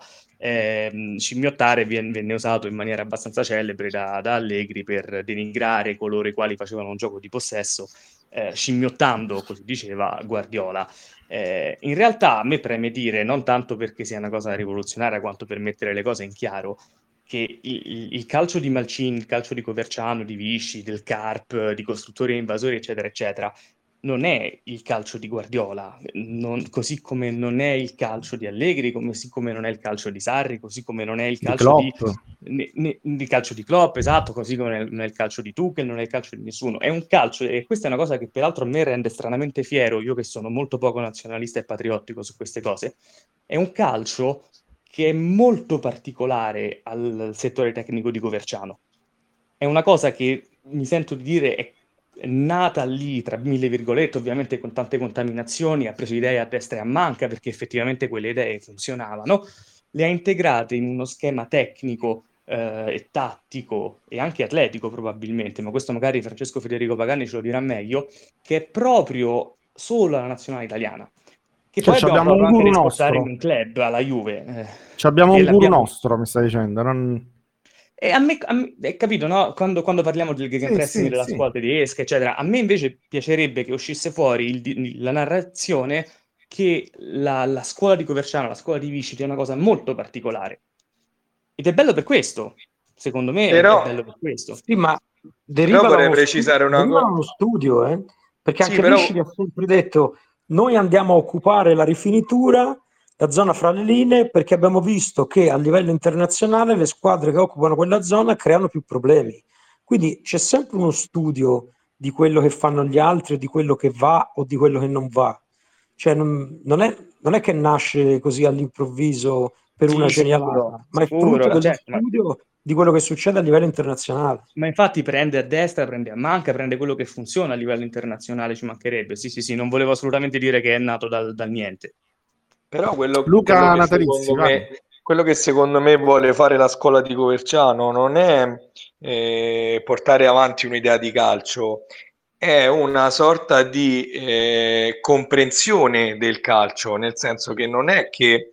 Eh, scimmiottare viene, venne usato in maniera abbastanza celebre da, da Allegri per denigrare coloro i quali facevano un gioco di possesso, eh, scimmiottando, così diceva, Guardiola. Eh, in realtà a me preme dire, non tanto perché sia una cosa rivoluzionaria quanto per mettere le cose in chiaro, che il, il calcio di Malcin, il calcio di Coverciano, di Vichy, del Carp, di costruttori e invasori, eccetera, eccetera, non è il calcio di Guardiola, non, così come non è il calcio di Allegri, così come non è il calcio di Sarri, così come non è il Di calcio di, Klopp. ne, ne, di calcio di Klopp, esatto, così come non è, non è il calcio di Tuchel, non è il calcio di nessuno. È un calcio, e questa è una cosa che peraltro a me rende stranamente fiero, io che sono molto poco nazionalista e patriottico su queste cose, è un calcio che è molto particolare al settore tecnico di Coverciano. È una cosa che mi sento di dire è nata lì, tra mille virgolette, ovviamente con tante contaminazioni, ha preso idee a destra e a manca perché effettivamente quelle idee funzionavano, le ha integrate in uno schema tecnico eh, e tattico e anche atletico probabilmente, ma questo magari Francesco Federico Pagani ce lo dirà meglio, che è proprio solo la nazionale italiana. Che Cioè, poi abbiamo abbiamo provato un anche a guru esportare in nostro. un club alla Juve. Eh, Ci abbiamo e un guru l'abbiamo- nostro, mi stai dicendo. Non... E a me, a me- hai capito, no? Quando, quando parliamo del gegenpressing sì, della sì. scuola tedesca, eccetera, a me invece piacerebbe che uscisse fuori il di- la narrazione che la, la scuola di Coverciano, la scuola di Vichy è una cosa molto particolare. Ed è bello per questo. Secondo me è- Però- è bello per questo. Sì, ma Però deriva da vorrei uno precisare studio, una deriva da cosa. uno studio, eh? Perché Sì, anche però- Vichy ha sempre detto noi andiamo a occupare la rifinitura, la zona fra le linee, perché abbiamo visto che a livello internazionale le squadre che occupano quella zona creano più problemi. Quindi c'è sempre uno studio di quello che fanno gli altri, di quello che va o di quello che non va. Cioè non, non è, non è che nasce così all'improvviso per Sì, una sicuro, genialata, ma è sicuro, frutto dello certo, ma- studio di quello che succede a livello internazionale. Ma infatti prende a destra, prende a manca, prende quello che funziona a livello internazionale, ci mancherebbe. Sì, sì, sì, non volevo assolutamente dire che è nato dal, dal niente. Però quello, Luca quello che Natalizzi, secondo vai. me, quello che secondo me vuole fare la scuola di Coverciano non è eh, portare avanti un'idea di calcio, è una sorta di eh, comprensione del calcio, nel senso che non è che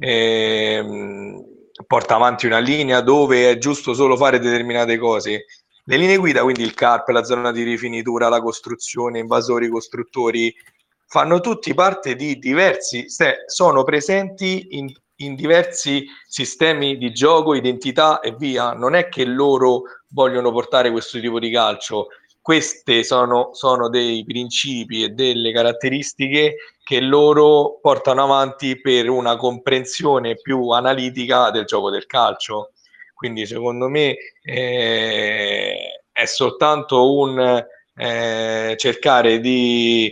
ehm, porta avanti una linea dove è giusto solo fare determinate cose. Le linee guida, quindi il C A R P, la zona di rifinitura, la costruzione, invasori, costruttori, fanno tutti parte di diversi, se- sono presenti in, in diversi sistemi di gioco, identità e via. Non è che loro vogliono portare questo tipo di calcio. Queste sono, sono dei principi e delle caratteristiche che loro portano avanti per una comprensione più analitica del gioco del calcio. Quindi secondo me eh, è soltanto un eh, cercare di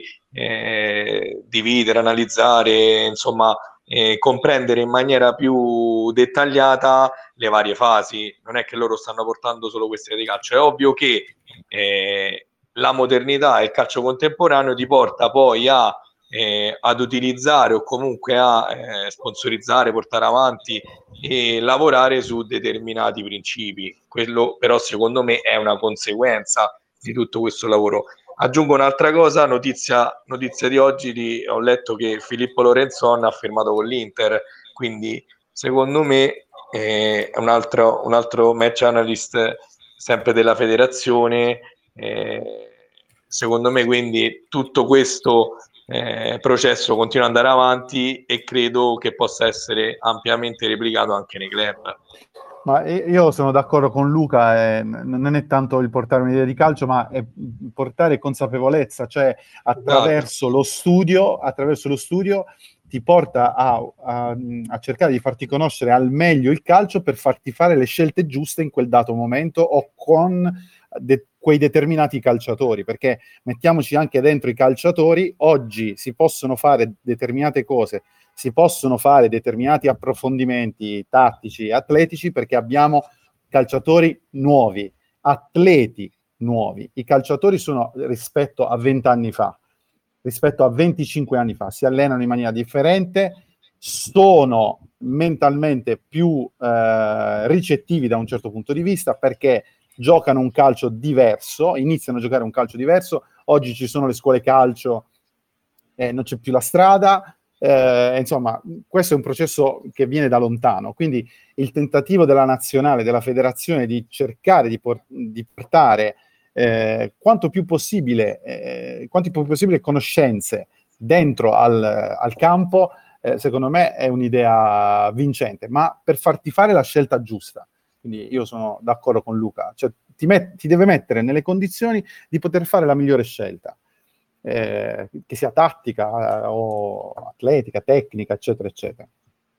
eh, dividere, analizzare, insomma, eh, comprendere in maniera più dettagliata le varie fasi. Non è che loro stanno portando solo queste di calcio. È ovvio che eh, la modernità e il calcio contemporaneo ti porta poi a eh, ad utilizzare o comunque a eh, sponsorizzare, portare avanti e lavorare su determinati principi. Quello però secondo me è una conseguenza di tutto questo lavoro. Aggiungo un'altra cosa, notizia, notizia di oggi, di, ho letto che Filippo Lorenzon ha firmato con l'Inter, quindi secondo me eh, è un altro, un altro match analyst sempre della federazione, eh, secondo me quindi tutto questo eh, processo continua ad andare avanti e credo che possa essere ampiamente replicato anche nei club. Ma io sono d'accordo con Luca, eh, non è tanto il portare un'idea di calcio, ma è portare consapevolezza, cioè attraverso lo studio, attraverso lo studio ti porta a, a, a cercare di farti conoscere al meglio il calcio per farti fare le scelte giuste in quel dato momento o con de- quei determinati calciatori, perché mettiamoci anche dentro i calciatori, oggi si possono fare determinate cose, si possono fare determinati approfondimenti tattici e atletici perché abbiamo calciatori nuovi, atleti nuovi. I calciatori sono rispetto a vent'anni fa, rispetto a venticinque anni fa, si allenano in maniera differente, sono mentalmente più eh, ricettivi da un certo punto di vista perché giocano un calcio diverso, iniziano a giocare un calcio diverso. Oggi ci sono le scuole calcio, eh, non c'è più la strada, eh, insomma, questo è un processo che viene da lontano, quindi il tentativo della nazionale, della federazione di cercare di, por- di portare eh, quanto più possibile, eh, quanto più possibile conoscenze dentro al, al campo, eh, secondo me è un'idea vincente, ma per farti fare la scelta giusta. Quindi io sono d'accordo con Luca, cioè ti, met- ti deve mettere nelle condizioni di poter fare la migliore scelta. Eh, che sia tattica eh, o atletica, tecnica, eccetera, eccetera.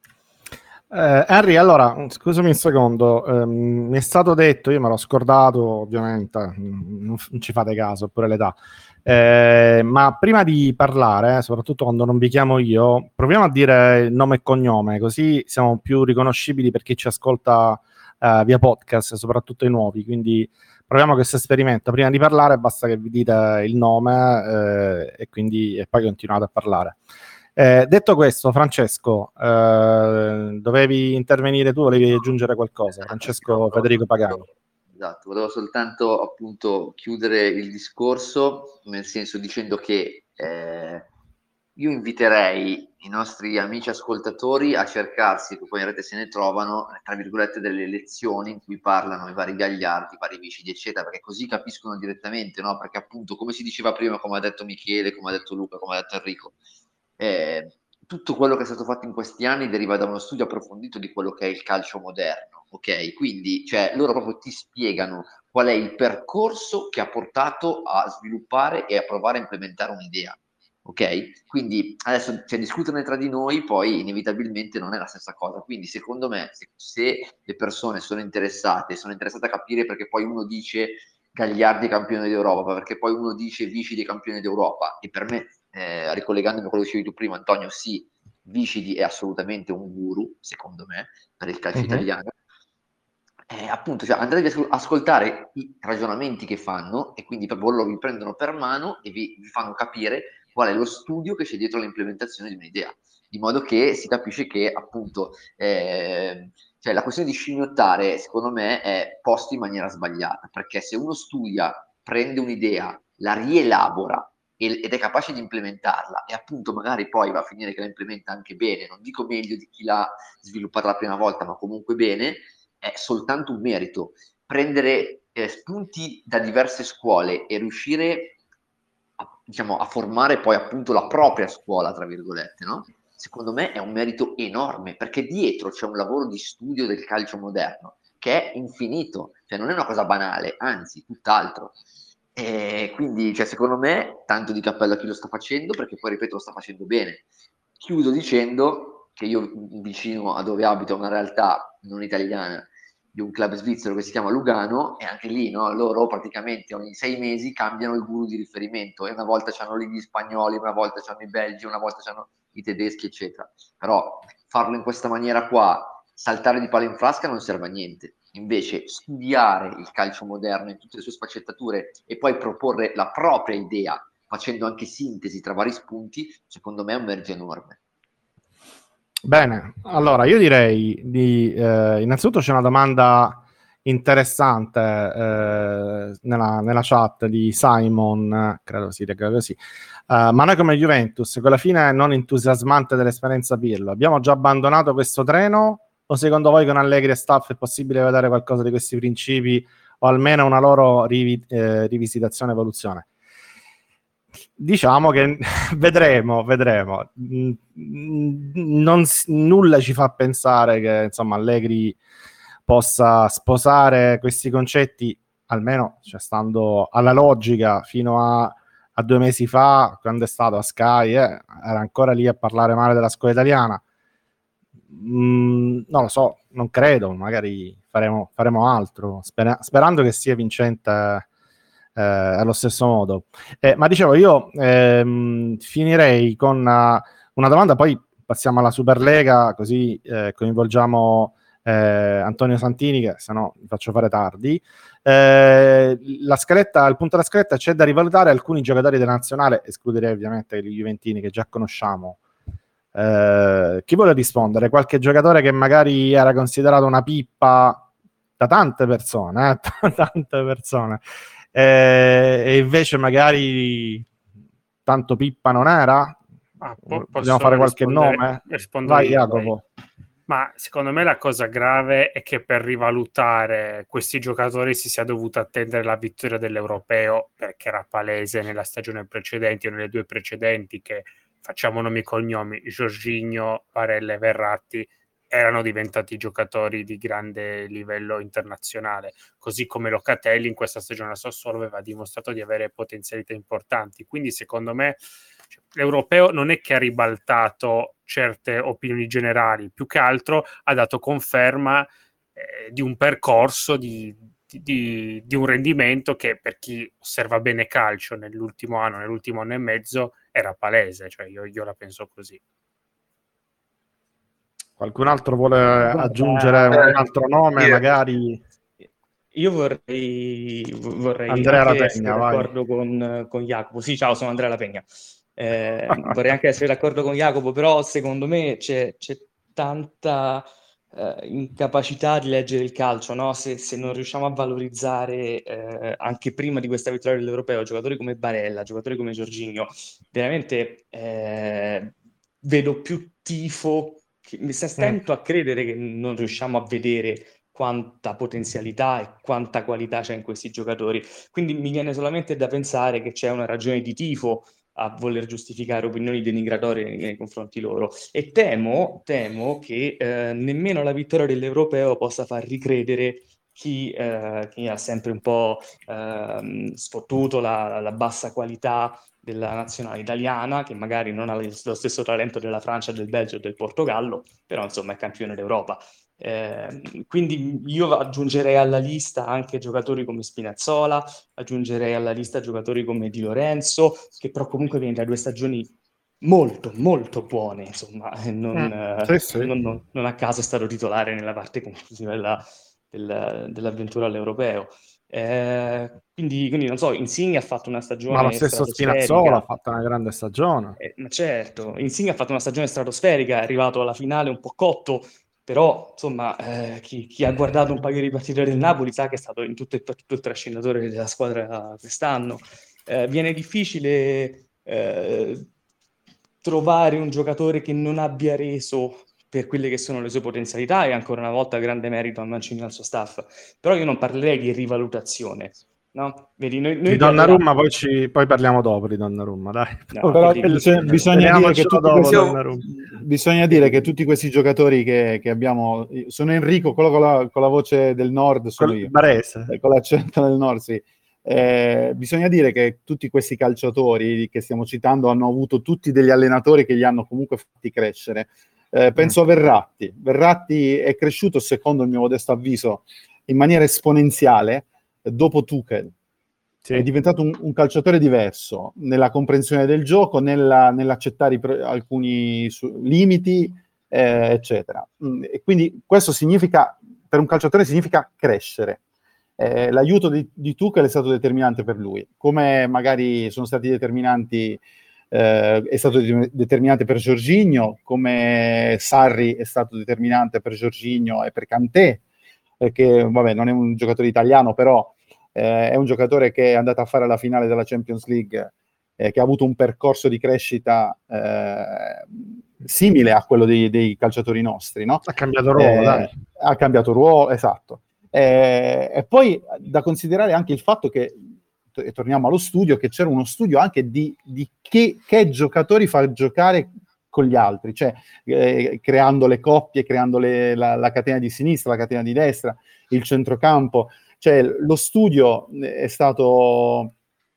Eh, Henry, allora, scusami un secondo, ehm, mi è stato detto, io me l'ho scordato ovviamente, non, non ci fate caso, pure l'età, eh, ma prima di parlare, soprattutto quando non vi chiamo io, proviamo a dire il nome e cognome, così siamo più riconoscibili per chi ci ascolta eh, via podcast, soprattutto i nuovi, quindi proviamo questo esperimento. Prima di parlare basta che vi dite il nome eh, e quindi e poi continuate a parlare. Eh, detto questo, Francesco, eh, dovevi intervenire tu, volevi aggiungere qualcosa? Francesco Federico Pagano. Esatto, volevo soltanto appunto chiudere il discorso, nel senso dicendo che eh, io inviterei i nostri amici ascoltatori a cercarsi, che poi in rete se ne trovano, tra virgolette, delle lezioni in cui parlano i vari Gagliardi, i vari Vicidi, eccetera, perché così capiscono direttamente, no? Perché appunto, come si diceva prima, come ha detto Michele, come ha detto Luca, come ha detto Enrico, eh, tutto quello che è stato fatto in questi anni deriva da uno studio approfondito di quello che è il calcio moderno, ok? Quindi, cioè, loro proprio ti spiegano qual è il percorso che ha portato a sviluppare e a provare a implementare un'idea. Ok? Quindi adesso cioè, discuterne tra di noi poi inevitabilmente non è la stessa cosa. Quindi secondo me se, se le persone sono interessate, sono interessate a capire perché poi uno dice Gagliardi campione d'Europa, perché poi uno dice Vicidi campione d'Europa, e per me, eh, ricollegandomi a quello che dicevi tu prima, Antonio, sì, Viscidi è assolutamente un guru, secondo me, per il calcio Mhm. italiano. Eh, appunto, cioè, andate ad ascoltare i ragionamenti che fanno e quindi proprio loro vi prendono per mano e vi, vi fanno capire qual è lo studio che c'è dietro l'implementazione di un'idea, di modo che si capisce che appunto eh, cioè, la questione di scimmiottare secondo me è posta in maniera sbagliata, perché se uno studia, prende un'idea, la rielabora e- ed è capace di implementarla e appunto magari poi va a finire che la implementa anche bene, non dico meglio di chi l'ha sviluppata la prima volta, ma comunque bene, è soltanto un merito. Prendere eh, spunti da diverse scuole e riuscire a, diciamo, a formare poi appunto la propria scuola, tra virgolette, no? Secondo me è un merito enorme, perché dietro c'è un lavoro di studio del calcio moderno che è infinito, cioè non è una cosa banale, anzi, tutt'altro. E quindi, cioè, secondo me, tanto di cappello a chi lo sta facendo, perché poi, ripeto, lo sta facendo bene. Chiudo dicendo che io vicino a dove abito, una realtà non italiana, di un club svizzero che si chiama Lugano, e anche lì, no, loro praticamente ogni sei mesi cambiano il guru di riferimento, e una volta c'hanno lì gli spagnoli, una volta c'hanno i belgi, una volta c'hanno i tedeschi, eccetera. Però farlo in questa maniera qua, saltare di palo in frasca, non serve a niente. Invece studiare il calcio moderno in tutte le sue sfaccettature e poi proporre la propria idea, facendo anche sintesi tra vari spunti, secondo me è un merito enorme. Bene, allora io direi di eh, innanzitutto c'è una domanda interessante eh, nella, nella chat di Simon, credo si legga così. Uh, ma noi come Juventus, con la fine non entusiasmante dell'esperienza Pirlo, abbiamo già abbandonato questo treno o secondo voi con Allegri e staff è possibile vedere qualcosa di questi principi o almeno una loro rivi- eh, rivisitazione e evoluzione? Diciamo che vedremo, vedremo. Non, nulla ci fa pensare che insomma Allegri possa sposare questi concetti, almeno cioè, stando alla logica fino a, a due mesi fa, quando è stato a Sky, eh, era ancora lì a parlare male della scuola italiana. Mm, non lo so, non credo, magari faremo, faremo altro, spera- sperando che sia vincente eh, allo stesso modo. Eh, ma dicevo, io ehm, finirei con una, una domanda, poi passiamo alla Superlega, così eh, coinvolgiamo eh, Antonio Santini, che se no mi faccio fare tardi. Eh, la scaletta, il punto della scaletta c'è da rivalutare alcuni giocatori della nazionale, escluderei ovviamente gli juventini che già conosciamo. Eh, chi vuole rispondere? Qualche giocatore che magari era considerato una pippa da tante persone, eh? tante persone, eh, e invece magari tanto pippa non era? Ah, po- Vogliamo fare qualche rispondere- nome? rispondo Vai io, Jacopo. Ma secondo me la cosa grave è che per rivalutare questi giocatori si sia dovuto attendere la vittoria dell'Europeo, perché era palese nella stagione precedente o nelle due precedenti che, facciamo nomi e cognomi, Jorginho, Barella e Verratti erano diventati giocatori di grande livello internazionale, così come Locatelli in questa stagione a Sassuolo aveva dimostrato di avere potenzialità importanti. Quindi secondo me l'Europeo non è che ha ribaltato certe opinioni generali, più che altro ha dato conferma eh, di un percorso, di, di, di un rendimento che per chi osserva bene calcio nell'ultimo anno, nell'ultimo anno e mezzo era palese, cioè io, io la penso così. Qualcun altro vuole aggiungere un altro nome, io- magari? Io vorrei, vorrei Andrea anche La essere Pegna, vai. d'accordo con, con Jacopo. Sì, ciao, sono Andrea La Pegna. Eh, vorrei anche essere d'accordo con Jacopo, però secondo me c'è, c'è tanta eh, incapacità di leggere il calcio, no? Se, se non riusciamo a valorizzare eh, anche prima di questa vittoria dell'Europeo giocatori come Barella, giocatori come Jorginho, veramente eh, vedo più tifo. Che, mi stento a credere che non riusciamo a vedere quanta potenzialità e quanta qualità c'è in questi giocatori. Quindi mi viene solamente da pensare che c'è una ragione di tifo a voler giustificare opinioni denigratorie nei, nei confronti loro. E temo, temo che eh, nemmeno la vittoria dell'Europeo possa far ricredere chi, eh, chi ha sempre un po' ehm, sfottuto la, la bassa qualità della nazionale italiana, che magari non ha lo stesso talento della Francia, del Belgio o del Portogallo, però insomma è campione d'Europa. Eh, quindi io aggiungerei alla lista anche giocatori come Spinazzola, aggiungerei alla lista giocatori come Di Lorenzo, che però comunque viene da due stagioni molto molto buone, insomma, non, Mm, sì, sì. non, non, non a caso è stato titolare nella parte conclusiva della, del, dell'avventura all'Europeo. Eh, quindi, quindi non so, Insigne ha fatto una Ma lo stagione stesso Spinazzola ha stratosferica. fatto una grande stagione. Eh, ma certo, Insigne ha fatto una stagione stratosferica, è arrivato alla finale un po' cotto, però insomma eh, chi, chi ha guardato un paio di partite del Napoli sa che è stato in tutto il, tutto il trascinatore della squadra quest'anno. Eh, viene difficile eh, trovare un giocatore che non abbia reso per quelle che sono le sue potenzialità, e ancora una volta grande merito a Mancini e al suo staff. Però io non parlerei di rivalutazione, no? Vedi, noi, noi Di di Atalanta- Donnarumma poi, ci, poi parliamo dopo di Donnarumma, dai. No, Però che dico, bisogna, Donnarumma. bisogna dire che Teniamocelo tutti dopo questi, Donnarumma. bisogna dire che tutti questi giocatori che, che abbiamo, sono Enrico, quello con la, con la voce del nord sono Col io, Barese. eh, con l'accento del nord, sì. Eh, bisogna dire che tutti questi calciatori che stiamo citando hanno avuto tutti degli allenatori che li hanno comunque fatti crescere. Eh, penso a Verratti. Verratti è cresciuto, secondo il mio modesto avviso, in maniera esponenziale eh, dopo Tuchel. Sì. È diventato un, un calciatore diverso nella comprensione del gioco, nella, nell'accettare i pre- alcuni su- limiti, eh, eccetera. Mm, e quindi questo significa, per un calciatore significa crescere. Eh, l'aiuto di, di Tuchel è stato determinante per lui, come magari sono stati determinanti, eh, è stato de- determinante per Jorginho, come Sarri è stato determinante per Jorginho e per Kanté, perché vabbè, non è un giocatore italiano, però eh, è un giocatore che è andato a fare la finale della Champions League, eh, che ha avuto un percorso di crescita eh, simile a quello dei, dei calciatori nostri, no? Ha cambiato ruolo, Eh, dai. Ha cambiato ruolo, esatto. Eh, e poi da considerare anche il fatto che, e torniamo allo studio, che c'era uno studio anche di, di che, che giocatori fa giocare con gli altri, cioè eh, creando le coppie, creando le, la, la catena di sinistra, la catena di destra, il centrocampo. Cioè, lo studio è stato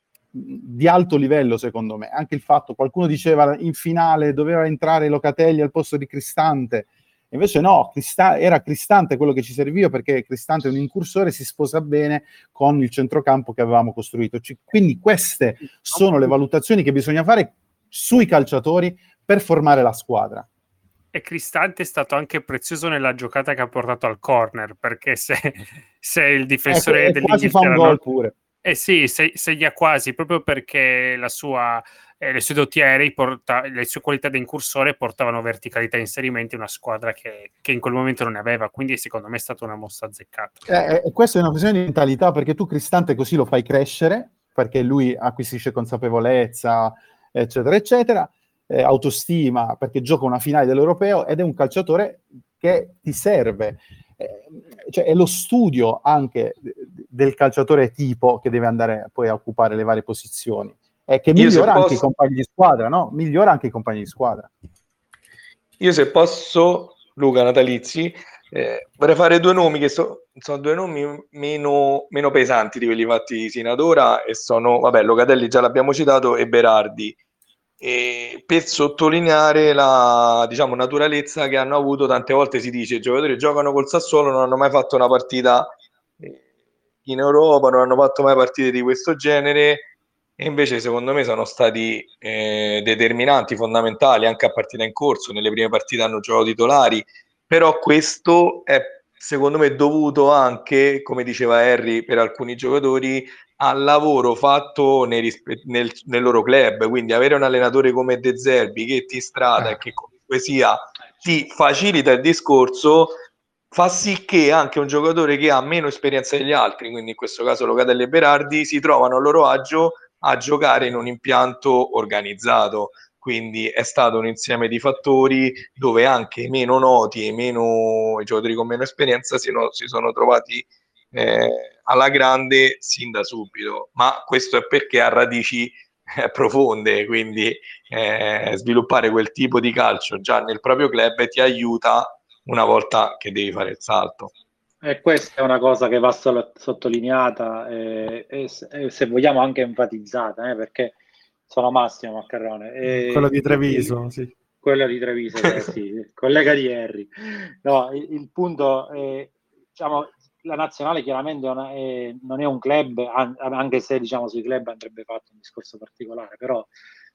di alto livello, secondo me. Anche il fatto, qualcuno diceva in finale doveva entrare Locatelli al posto di Cristante, invece no, Crista- era Cristante quello che ci serviva, perché Cristante è un incursore, si sposa bene con il centrocampo che avevamo costruito. C- quindi queste sono le valutazioni che bisogna fare sui calciatori per formare la squadra. E Cristante è stato anche prezioso nella giocata che ha portato al corner, perché se, se il difensore E, e quasi fa un dell'Inghilterra gol non... pure. Eh sì, se- segna quasi, proprio perché la sua, eh, le sue dottiere, porta, le sue qualità da incursore portavano verticalità e inserimenti, una squadra che, che in quel momento non ne aveva, quindi secondo me è stata una mossa azzeccata. Eh, e questa è una questione di mentalità, perché tu Cristante così lo fai crescere, perché lui acquisisce consapevolezza, eccetera, eccetera, eh, autostima, perché gioca una finale dell'Europeo ed è un calciatore che ti serve. Eh, cioè è lo studio anche del calciatore tipo che deve andare poi a occupare le varie posizioni e che Io se migliora anche posso- i compagni di squadra, no? Migliora anche i compagni di squadra. Io se posso, Luca Natalizzi, eh, vorrei fare due nomi che so- sono due nomi meno, meno pesanti di quelli fatti sino ad ora, e sono, vabbè, Locatelli già l'abbiamo citato, e Berardi, e per sottolineare la, diciamo, naturalezza che hanno avuto. Tante volte si dice: i giocatori giocano col Sassuolo, non hanno mai fatto una partita eh, in Europa, non hanno fatto mai partite di questo genere, e invece secondo me sono stati eh, determinanti, fondamentali anche a partita in corso. Nelle prime partite hanno giocato titolari, però questo è secondo me dovuto anche, come diceva Harry, per alcuni giocatori al lavoro fatto nei rispe- nel, nel loro club. Quindi avere un allenatore come De Zerbi che ti strada e che comunque sia ti facilita il discorso, fa sì che anche un giocatore che ha meno esperienza degli altri, quindi in questo caso Locatelli e Berardi, si trovano a loro agio a giocare in un impianto organizzato. Quindi è stato un insieme di fattori dove anche i meno noti e i, meno, i giocatori con meno esperienza si, no, si sono trovati eh, alla grande sin da subito, ma questo è perché ha radici eh, profonde, quindi eh, sviluppare quel tipo di calcio già nel proprio club ti aiuta una volta che devi fare il salto. E questa è una cosa che va solo sottolineata e, e, e se vogliamo anche enfatizzata, eh, perché sono Massimo Maccarrone. E quello di Treviso, il, sì. Quello di Treviso, cioè, sì, collega di Harry. No, il, il punto è, diciamo, la nazionale chiaramente è una, è, non è un club, an, anche se diciamo sui club andrebbe fatto un discorso particolare, però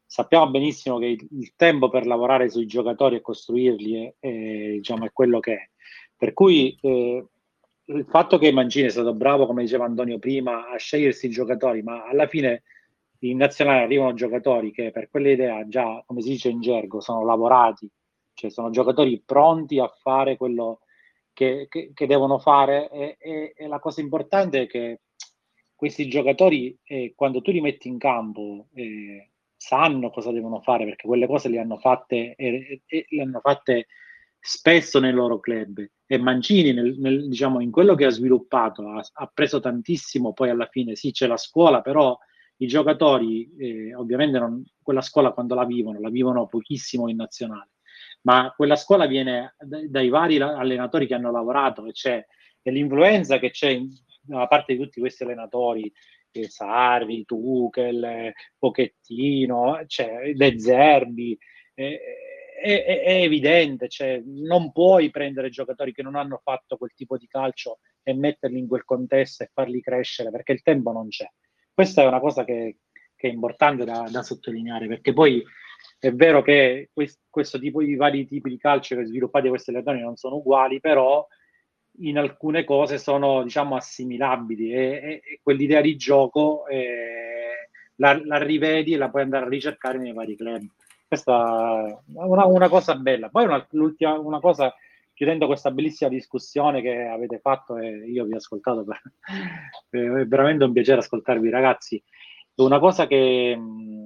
sappiamo benissimo che il, il tempo per lavorare sui giocatori e costruirli è, è, diciamo, è quello che è. Per cui eh, il fatto che Mancini è stato bravo, come diceva Antonio prima, a scegliersi i giocatori, ma alla fine in nazionale arrivano giocatori che per quell'idea già, come si dice in gergo, sono lavorati, cioè sono giocatori pronti a fare quello che, che, che devono fare e, e, e la cosa importante è che questi giocatori, eh, quando tu li metti in campo, eh, sanno cosa devono fare, perché quelle cose le hanno fatte e, e le hanno fatte spesso nei loro club. E Mancini nel, nel, diciamo, in quello che ha sviluppato ha, ha preso tantissimo. Poi alla fine sì, c'è la scuola, però i giocatori eh, ovviamente non, quella scuola quando la vivono la vivono pochissimo in nazionale, ma quella scuola viene dai, dai vari allenatori che hanno lavorato, e c'è e l'influenza che c'è in, da parte di tutti questi allenatori, eh, Sarri, Tuchel, eh, Pochettino, cioè, De Zerbi, eh, è, è, è evidente, cioè, non puoi prendere giocatori che non hanno fatto quel tipo di calcio e metterli in quel contesto e farli crescere, perché il tempo non c'è. Questa è una cosa che, che è importante da, da sottolineare, perché poi è vero che quest, questo tipo di vari tipi di calcio che sviluppati da questi allenatori non sono uguali, però in alcune cose sono, diciamo, assimilabili e, e, e quell'idea di gioco eh, la, la rivedi e la puoi andare a ricercare nei vari club. Questa è una, una cosa bella. Poi una, l'ultima, una cosa, chiudendo questa bellissima discussione che avete fatto e io vi ho ascoltato, per, è veramente un piacere ascoltarvi ragazzi. Una cosa che,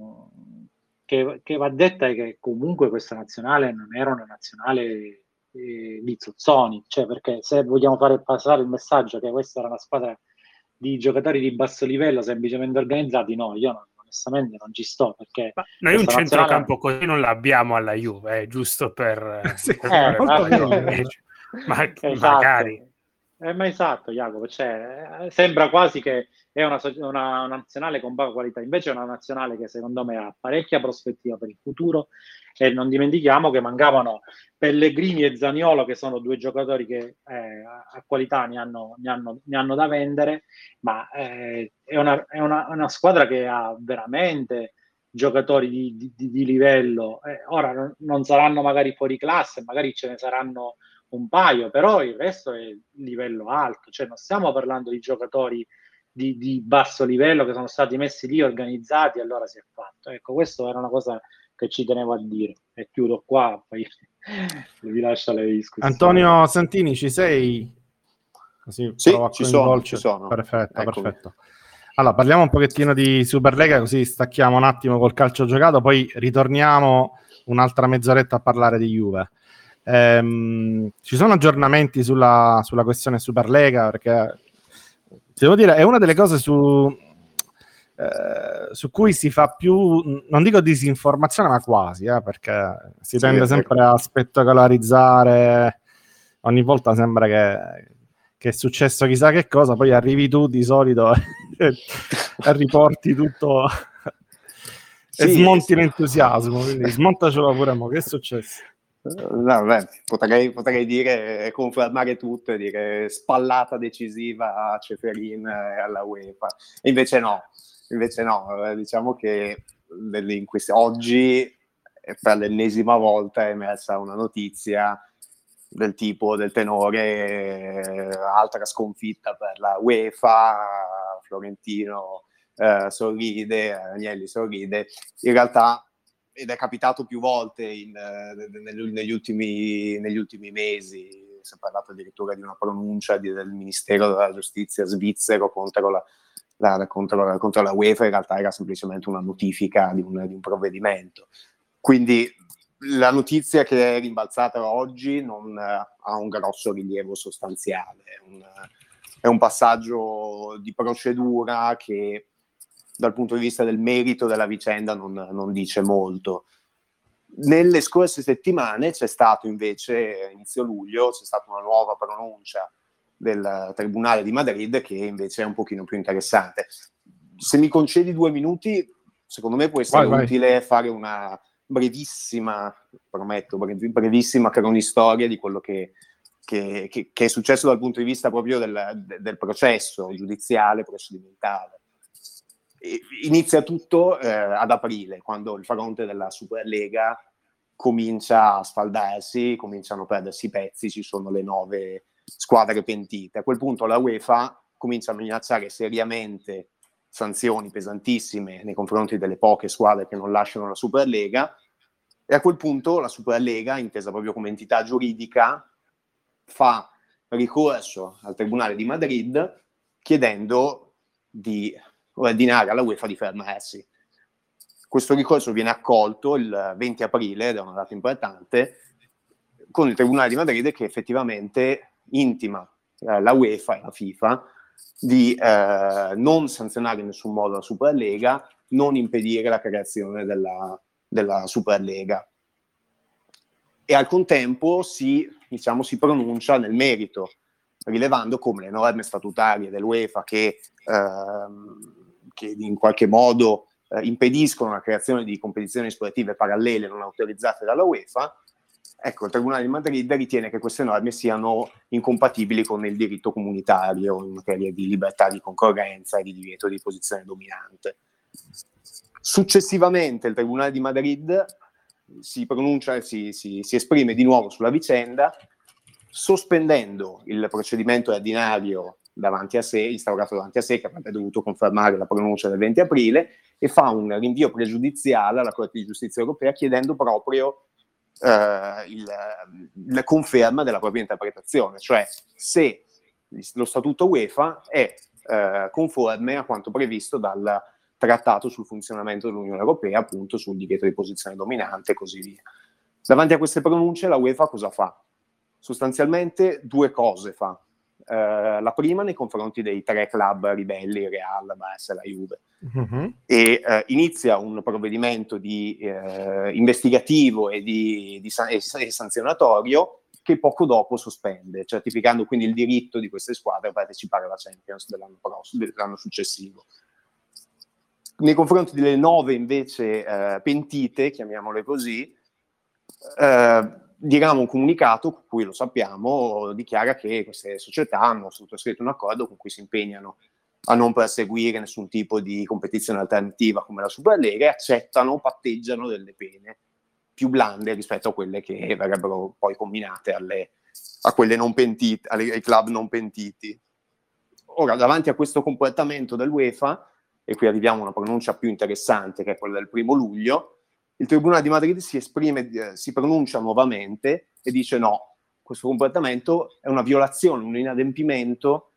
che, che va detta è che comunque questa nazionale non era una nazionale eh, di zozzoni, cioè, perché se vogliamo fare passare il messaggio che questa era una squadra di giocatori di basso livello semplicemente organizzati, no, io non, onestamente non ci sto, perché ma noi un nazionale... centrocampo così non l'abbiamo alla Juve, eh, giusto per, sì, per eh, molto bene. ma esatto. magari Eh, ma esatto, Jacopo, cioè, eh, sembra quasi che è una, una, una nazionale con poca qualità, invece è una nazionale che secondo me ha parecchia prospettiva per il futuro, e non dimentichiamo che mancavano Pellegrini e Zaniolo, che sono due giocatori che eh, a qualità ne hanno, ne, hanno, ne hanno da vendere, ma eh, è, una, è una, una squadra che ha veramente giocatori di, di, di livello. Eh, ora non, non saranno magari fuori classe, magari ce ne saranno un paio, però il resto è livello alto, cioè non stiamo parlando di giocatori di, di basso livello che sono stati messi lì, organizzati, e allora si è fatto. Ecco, questo era una cosa che ci tenevo a dire, e chiudo qua, poi vi lascio le discussioni. Antonio Santini, ci sei? Così sì, provo a ci sono, coinvolgere. ci sono. Perfetto, Eccomi. perfetto. Allora, parliamo un pochettino di Superlega, così stacchiamo un attimo col calcio giocato, poi ritorniamo un'altra mezz'oretta a parlare di Juve. Ehm, ci sono aggiornamenti sulla, sulla questione Superlega, perché devo dire è una delle cose su, eh, su cui si fa più, non dico disinformazione, ma quasi, eh, perché si Sì, tende ecco. sempre a spettacolarizzare, ogni volta sembra che, che è successo chissà che cosa, poi arrivi tu di solito e riporti tutto Sì, e smonti sì. l'entusiasmo, quindi smontacelo pure mo, che è successo? No, beh, potrei, potrei dire, confermare tutto e dire spallata decisiva a Ceferin e alla UEFA, e invece no, invece no, eh, diciamo che in questi, oggi per l'ennesima volta è emersa una notizia del tipo, del tenore, eh, altra sconfitta per la UEFA, Florentino eh, sorride, Agnelli sorride, in realtà, ed è capitato più volte in, negli, negli, ultimi, negli ultimi mesi, si è parlato addirittura di una pronuncia di, del Ministero della Giustizia svizzero contro la, la, contro, la, contro la UEFA, in realtà era semplicemente una notifica di un, di un provvedimento. Quindi la notizia che è rimbalzata oggi non ha un grosso rilievo sostanziale, è un, è un passaggio di procedura che dal punto di vista del merito della vicenda non, non dice molto. Nelle scorse settimane c'è stato invece, inizio luglio, c'è stata una nuova pronuncia del Tribunale di Madrid che invece è un pochino più interessante. Se mi concedi due minuti, secondo me può essere vai, utile vai. fare una brevissima, prometto, brevissima cronistoria di quello che, che, che, che è successo dal punto di vista proprio del, del processo giudiziale, procedimentale. inizia tutto eh, ad aprile, quando il fronte della Superlega comincia a sfaldarsi, cominciano a perdersi i pezzi, ci sono le nove squadre pentite. A quel punto la UEFA comincia a minacciare seriamente sanzioni pesantissime nei confronti delle poche squadre che non lasciano la Superlega, e a quel punto la Superlega, intesa proprio come entità giuridica, fa ricorso al Tribunale di Madrid chiedendo di ordinare alla UEFA di fermarsi. Questo ricorso viene accolto il venti aprile, ed è una data importante, con il Tribunale di Madrid che effettivamente intima eh, la UEFA e la FIFA di eh, non sanzionare in nessun modo la Superlega, non impedire la creazione della, della Superlega. E al contempo si, diciamo, si pronuncia nel merito, rilevando come le norme statutarie dell'UEFA che, ehm, che in qualche modo eh, impediscono la creazione di competizioni sportive parallele non autorizzate dalla UEFA, ecco, il Tribunale di Madrid ritiene che queste norme siano incompatibili con il diritto comunitario in materia di libertà di concorrenza e di divieto di posizione dominante. Successivamente il Tribunale di Madrid si pronuncia, si, si, si esprime di nuovo sulla vicenda, sospendendo il procedimento ordinario davanti a sé, instaurato davanti a sé, che avrebbe dovuto confermare la pronuncia del venti aprile, e fa un rinvio pregiudiziale alla Corte di Giustizia Europea chiedendo proprio Uh, il, la conferma della propria interpretazione, cioè se lo statuto UEFA è uh, conforme a quanto previsto dal trattato sul funzionamento dell'Unione Europea, appunto sul divieto di posizione dominante e così via. Davanti a queste pronunce la UEFA cosa fa? Sostanzialmente due cose fa. Uh, la prima nei confronti dei tre club ribelli, Real, Barça e la Juve, uh-huh. e uh, inizia un provvedimento di, uh, investigativo e, di, di san- e sanzionatorio che poco dopo sospende, certificando quindi il diritto di queste squadre a partecipare alla Champions dell'anno, prossimo, dell'anno successivo. Nei confronti delle nove invece uh, pentite, chiamiamole così, uh, Diramo un comunicato con cui, lo sappiamo, dichiara che queste società hanno sottoscritto un accordo con cui si impegnano a non perseguire nessun tipo di competizione alternativa come la Superlega e accettano, patteggiano delle pene più blande rispetto a quelle che verrebbero poi combinate alle, a quelle non pentite, alle, ai club non pentiti. Ora, davanti a questo comportamento dell'UEFA, e qui arriviamo a una pronuncia più interessante che è quella del primo luglio, il Tribunale di Madrid si esprime, eh, si pronuncia nuovamente e dice no, questo comportamento è una violazione, un inadempimento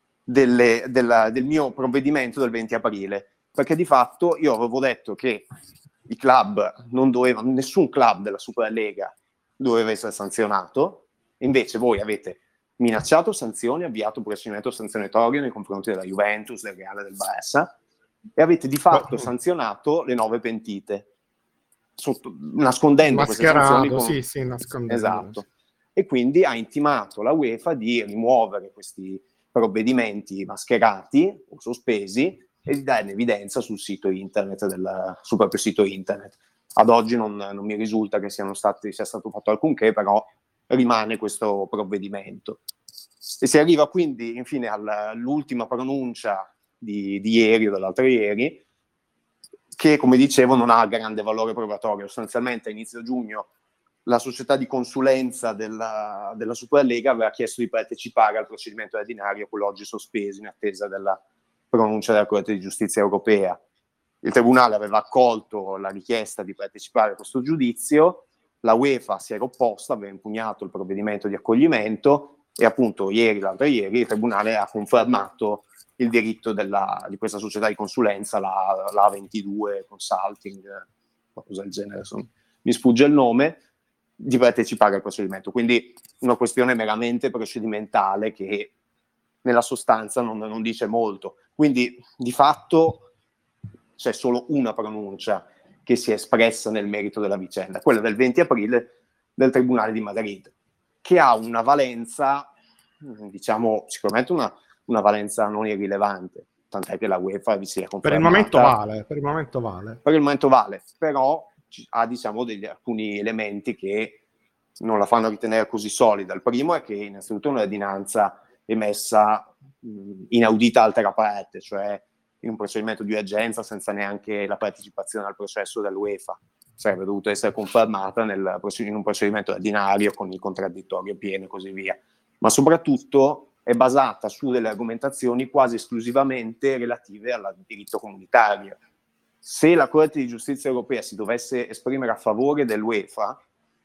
delle, della, del mio provvedimento del venti aprile, perché di fatto io avevo detto che i club non dovevano, nessun club della Superlega doveva essere sanzionato, invece voi avete minacciato sanzioni, avviato un procedimento sanzionatorio nei confronti della Juventus, del Real e del Barça, e avete di fatto sanzionato le nove pentite. Sotto, nascondendo queste sanzioni con... sì, sì, nascondendo. Esatto. E quindi ha intimato la UEFA di rimuovere questi provvedimenti mascherati o sospesi e di darne evidenza sul sito internet del, sul proprio sito internet. Ad oggi non, non mi risulta che siano stati, sia stato fatto alcunché, però rimane questo provvedimento. E si arriva quindi infine all'ultima pronuncia di, di ieri o dell'altro ieri, che, come dicevo, non ha grande valore probatorio. Sostanzialmente a inizio giugno la società di consulenza della, della Superlega aveva chiesto di partecipare al procedimento ordinario, quello oggi sospeso in attesa della pronuncia della Corte di Giustizia Europea. Il Tribunale aveva accolto la richiesta di partecipare a questo giudizio, la UEFA si era opposta, aveva impugnato il provvedimento di accoglimento e appunto ieri, l'altro ieri, il Tribunale ha confermato il diritto della, di questa società di consulenza, la, la A ventidue Consulting, qualcosa del genere, insomma, mi sfugge il nome, di partecipare al procedimento. Quindi una questione meramente procedimentale che nella sostanza non, non dice molto. Quindi di fatto c'è solo una pronuncia che si è espressa nel merito della vicenda, quella del venti aprile del Tribunale di Madrid, che ha una valenza, diciamo, sicuramente una una valenza non irrilevante, tant'è che la UEFA vi si è confermata. Per il momento vale, per il momento vale. Per il momento vale, però ha, diciamo, degli, alcuni elementi che non la fanno ritenere così solida. Il primo è che innanzitutto è un'ordinanza emessa mh, inaudita altera parte, cioè in un procedimento di urgenza senza neanche la partecipazione al processo dell'UEFA. Sarebbe dovuto essere confermata nel, in un procedimento ordinario con il contraddittorio pieno e così via. Ma soprattutto è basata su delle argomentazioni quasi esclusivamente relative al diritto comunitario. Se la Corte di Giustizia Europea si dovesse esprimere a favore dell'UEFA,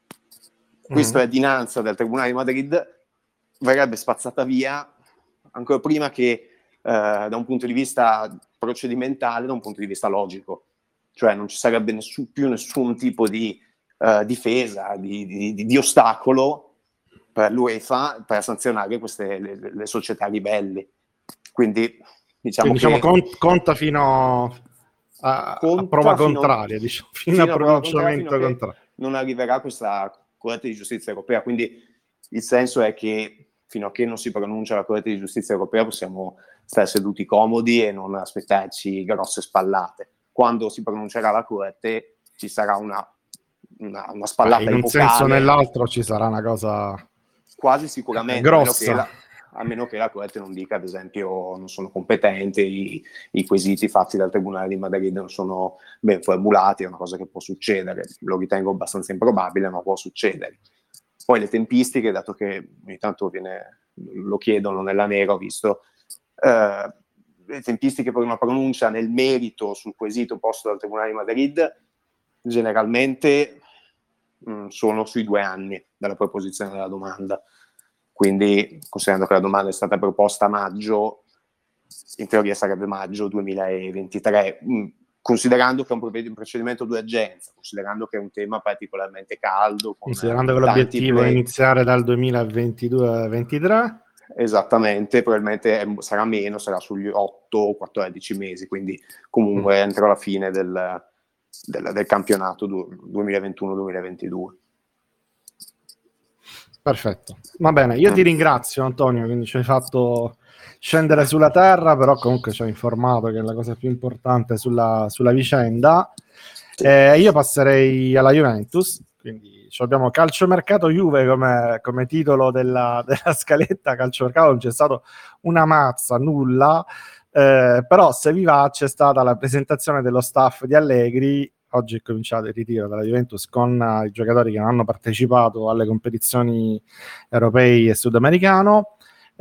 questa Mm. ordinanza del Tribunale di Madrid verrebbe spazzata via ancora prima che eh, da un punto di vista procedimentale, da un punto di vista logico. Cioè non ci sarebbe nessun, più nessun tipo di uh, difesa, di, di, di ostacolo per l'UEFA per sanzionare queste le, le società ribelli. Quindi diciamo Quindi, che diciamo, cont- conta fino a, a conta prova fino- contraria, diciamo, fino, fino a a prova pronunciamento contraria, fino a che contrario. non arriverà questa Corte di Giustizia Europea. Quindi il senso è che fino a che non si pronuncia la Corte di Giustizia Europea possiamo stare seduti comodi e non aspettarci grosse spallate. Quando si pronuncerà la Corte ci sarà una, una, una spallata In un epocale, senso o nell'altro ci sarà una cosa quasi sicuramente, grossa. A, meno che la, a meno che la Corte non dica, ad esempio, non sono competente, i, i quesiti fatti dal Tribunale di Madrid non sono ben formulati, è una cosa che può succedere. Lo ritengo abbastanza improbabile, ma può succedere. Poi le tempistiche, dato che ogni tanto viene, lo chiedono nella nera, ho visto, eh, le tempistiche per una pronuncia nel merito sul quesito posto dal Tribunale di Madrid generalmente mh, sono sui due anni dalla proposizione della domanda. Quindi, considerando che la domanda è stata proposta a maggio, in teoria sarebbe maggio duemilaventitré, mh, considerando che è un procedimento d'urgenza, considerando che è un tema particolarmente caldo. Considerando che l'obiettivo play. è iniziare dal duemilaventidue ventitré. Esattamente, probabilmente è, sarà meno, sarà sugli otto quattordici mesi, quindi comunque mm. entro la fine del, del, del campionato duemilaventuno duemilaventidue. Perfetto, va bene, io mm. ti ringrazio Antonio, quindi ci hai fatto scendere sulla terra, però comunque ci hai informato che è la cosa più importante sulla, sulla vicenda. Sì. Eh, io passerei alla Juventus, quindi abbiamo calciomercato Juve come, come titolo della, della scaletta. Calciomercato non c'è stato una mazza, nulla, eh, però se vi va c'è stata la presentazione dello staff di Allegri. Oggi è cominciato il ritiro della Juventus con uh, i giocatori che non hanno partecipato alle competizioni europee e sudamericano.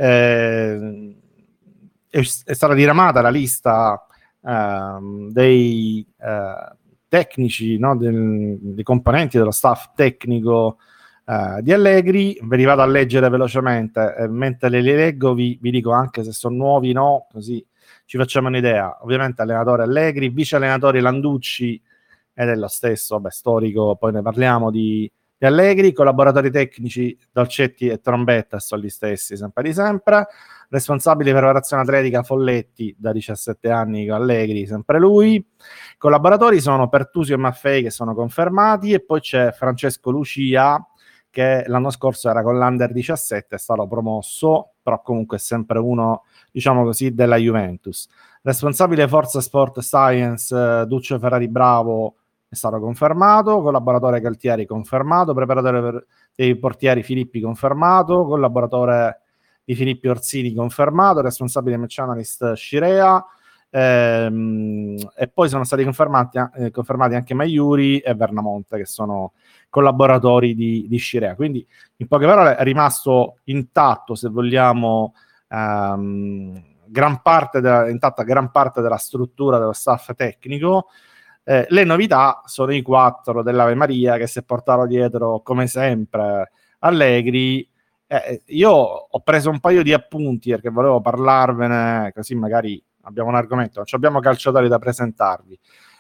Eh, è, è stata diramata la lista uh, dei uh, tecnici, no, del, dei componenti dello staff tecnico uh, di Allegri. Ve li vado a leggere velocemente, eh, mentre le li leggo vi, vi dico anche se sono nuovi o no, così ci facciamo un'idea. Ovviamente allenatore Allegri, vice allenatori Landucci ed è lo stesso, vabbè, storico, poi ne parliamo di, di Allegri, collaboratori tecnici Dolcetti e Trombetta sono gli stessi, sempre di sempre, responsabile di preparazione atletica Folletti, da diciassette anni con Allegri, sempre lui, collaboratori sono Pertusio e Maffei che sono confermati, e poi c'è Francesco Lucia che l'anno scorso era con l'Under diciassette, è stato promosso, però comunque è sempre uno, diciamo così, della Juventus. Responsabile Forza Sport Science Duccio Ferrari Bravo è stato confermato, collaboratore Galtieri confermato, preparatore per, dei portieri Filippi confermato, collaboratore di Filippi Orsini confermato, responsabile match analyst Scirea, ehm, e poi sono stati confermati, eh, confermati anche Maiuri e Vernamonte che sono collaboratori di, di Scirea. Quindi in poche parole è rimasto intatto, se vogliamo, ehm, gran parte della, intatta gran parte della struttura dello staff tecnico. Eh, le novità sono i quattro dell'Ave Maria che si è portato dietro come sempre Allegri. Eh, io ho preso un paio di appunti perché volevo parlarvene, così magari abbiamo un argomento, non abbiamo calciatori da presentarvi,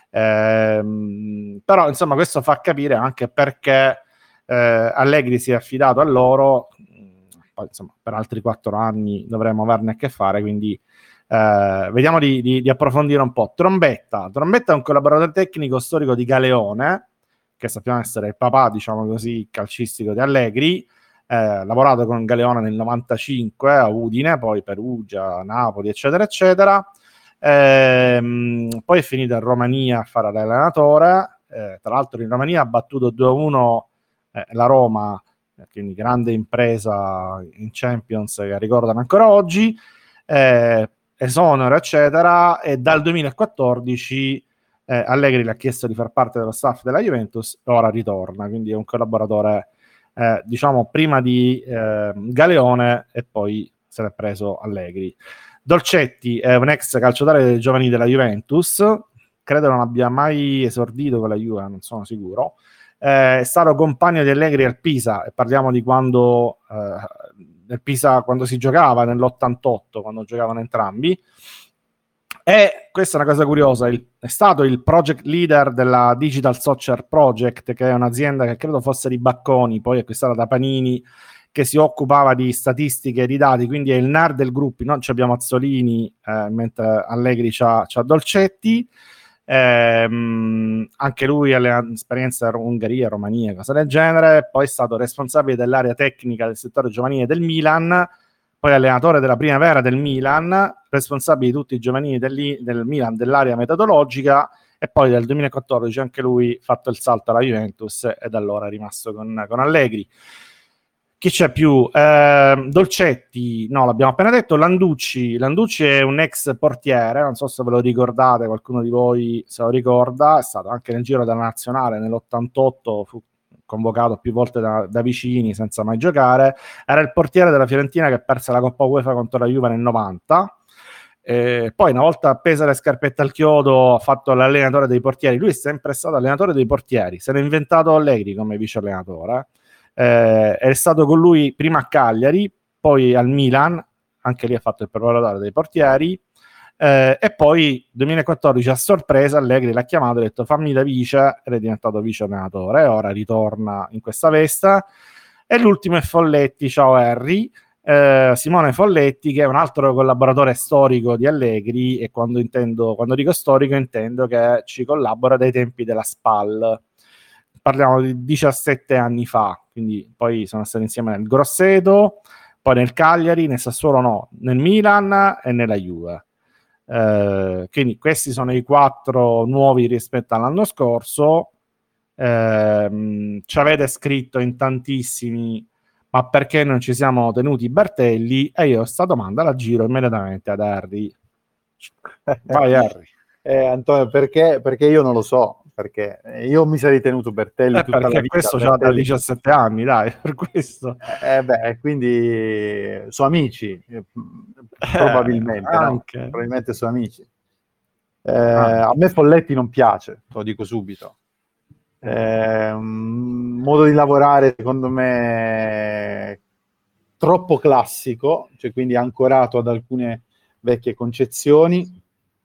eh, però insomma questo fa capire anche perché eh, Allegri si è affidato a loro. Poi insomma per altri quattro anni dovremo averne a che fare, quindi Uh, vediamo di, di, di approfondire un po'. Trombetta. Trombetta è un collaboratore tecnico storico di Galeone, che sappiamo essere il papà, diciamo così, calcistico di Allegri. Ha eh, lavorato con Galeone nel novantacinque a Udine, poi Perugia, Napoli, eccetera, eccetera. Eh, poi è finito in Romania a fare l'allenatore. Eh, tra l'altro in Romania ha battuto due a uno eh, la Roma, quindi grande impresa in Champions che ricordano ancora oggi. Eh, esonero, eccetera, e dal duemilaquattordici eh, Allegri le ha chiesto di far parte dello staff della Juventus, e ora ritorna, quindi è un collaboratore, eh, diciamo, prima di eh, Galeone e poi se l'è preso Allegri. Dolcetti è un ex calciatore dei giovani della Juventus, credo non abbia mai esordito con la Juve, non sono sicuro. Eh, è stato compagno di Allegri al Pisa, e parliamo di quando eh, nel Pisa, quando si giocava nell'ottantotto, quando giocavano entrambi. E questa è una cosa curiosa, il, è stato il project leader della Digital Soccer Project, che è un'azienda che credo fosse di Bacconi, poi acquistata da Panini, che si occupava di statistiche e di dati, quindi è il N A R del gruppo. Noi abbiamo Azzolini, eh, mentre Allegri c'ha, c'ha Dolcetti, eh, anche lui ha esperienza in Ungheria, Romania, cose del genere, poi è stato responsabile dell'area tecnica del settore giovanile del Milan, poi allenatore della primavera del Milan, responsabile di tutti i giovanili del, del Milan dell'area metodologica, e poi dal duemilaquattordici anche lui fatto il salto alla Juventus e da allora è rimasto con, con Allegri. Chi c'è più? Eh, Dolcetti, no, l'abbiamo appena detto. Landucci, Landucci è un ex portiere, non so se ve lo ricordate, qualcuno di voi se lo ricorda, è stato anche nel giro della nazionale nell'ottantotto, fu convocato più volte da, da vicini senza mai giocare, era il portiere della Fiorentina che perse la Coppa UEFA contro la Juve nel novanta. Eh, poi una volta appesa le scarpette al chiodo ha fatto l'allenatore dei portieri. Lui è sempre stato allenatore dei portieri, se l'ha inventato Allegri come vice allenatore. Eh, è stato con lui prima a Cagliari, poi al Milan, anche lì ha fatto il preparatore dei portieri, eh, e poi duemilaquattordici a sorpresa Allegri l'ha chiamato e ha detto fammi da vice, ed è diventato vice allenatore, e ora ritorna in questa veste. E l'ultimo è Folletti, ciao Harry, eh, Simone Folletti, che è un altro collaboratore storico di Allegri, e quando intendo, quando dico storico intendo che ci collabora dai tempi della SPAL. Parliamo di diciassette anni fa, quindi poi sono stati insieme nel Grosseto, poi nel Cagliari, nel Sassuolo no, nel Milan e nella Juve. Eh, quindi questi sono i quattro nuovi rispetto all'anno scorso. Eh, ci avete scritto in tantissimi, ma perché non ci siamo tenuti Bertelli? E io sta domanda la giro immediatamente ad Harry. Vai Harry. Eh, Antonio, perché? Perché io non lo so. Perché io mi sarei tenuto Bertelli eh, tutta la vita. Questo c'ha da diciassette anni, dai, per questo. Eh beh, quindi sono amici, probabilmente, eh, no? Probabilmente sono amici. Eh, ah. A me Folletti non piace, te lo dico subito. Eh, un modo di lavorare, secondo me, troppo classico, cioè quindi ancorato ad alcune vecchie concezioni.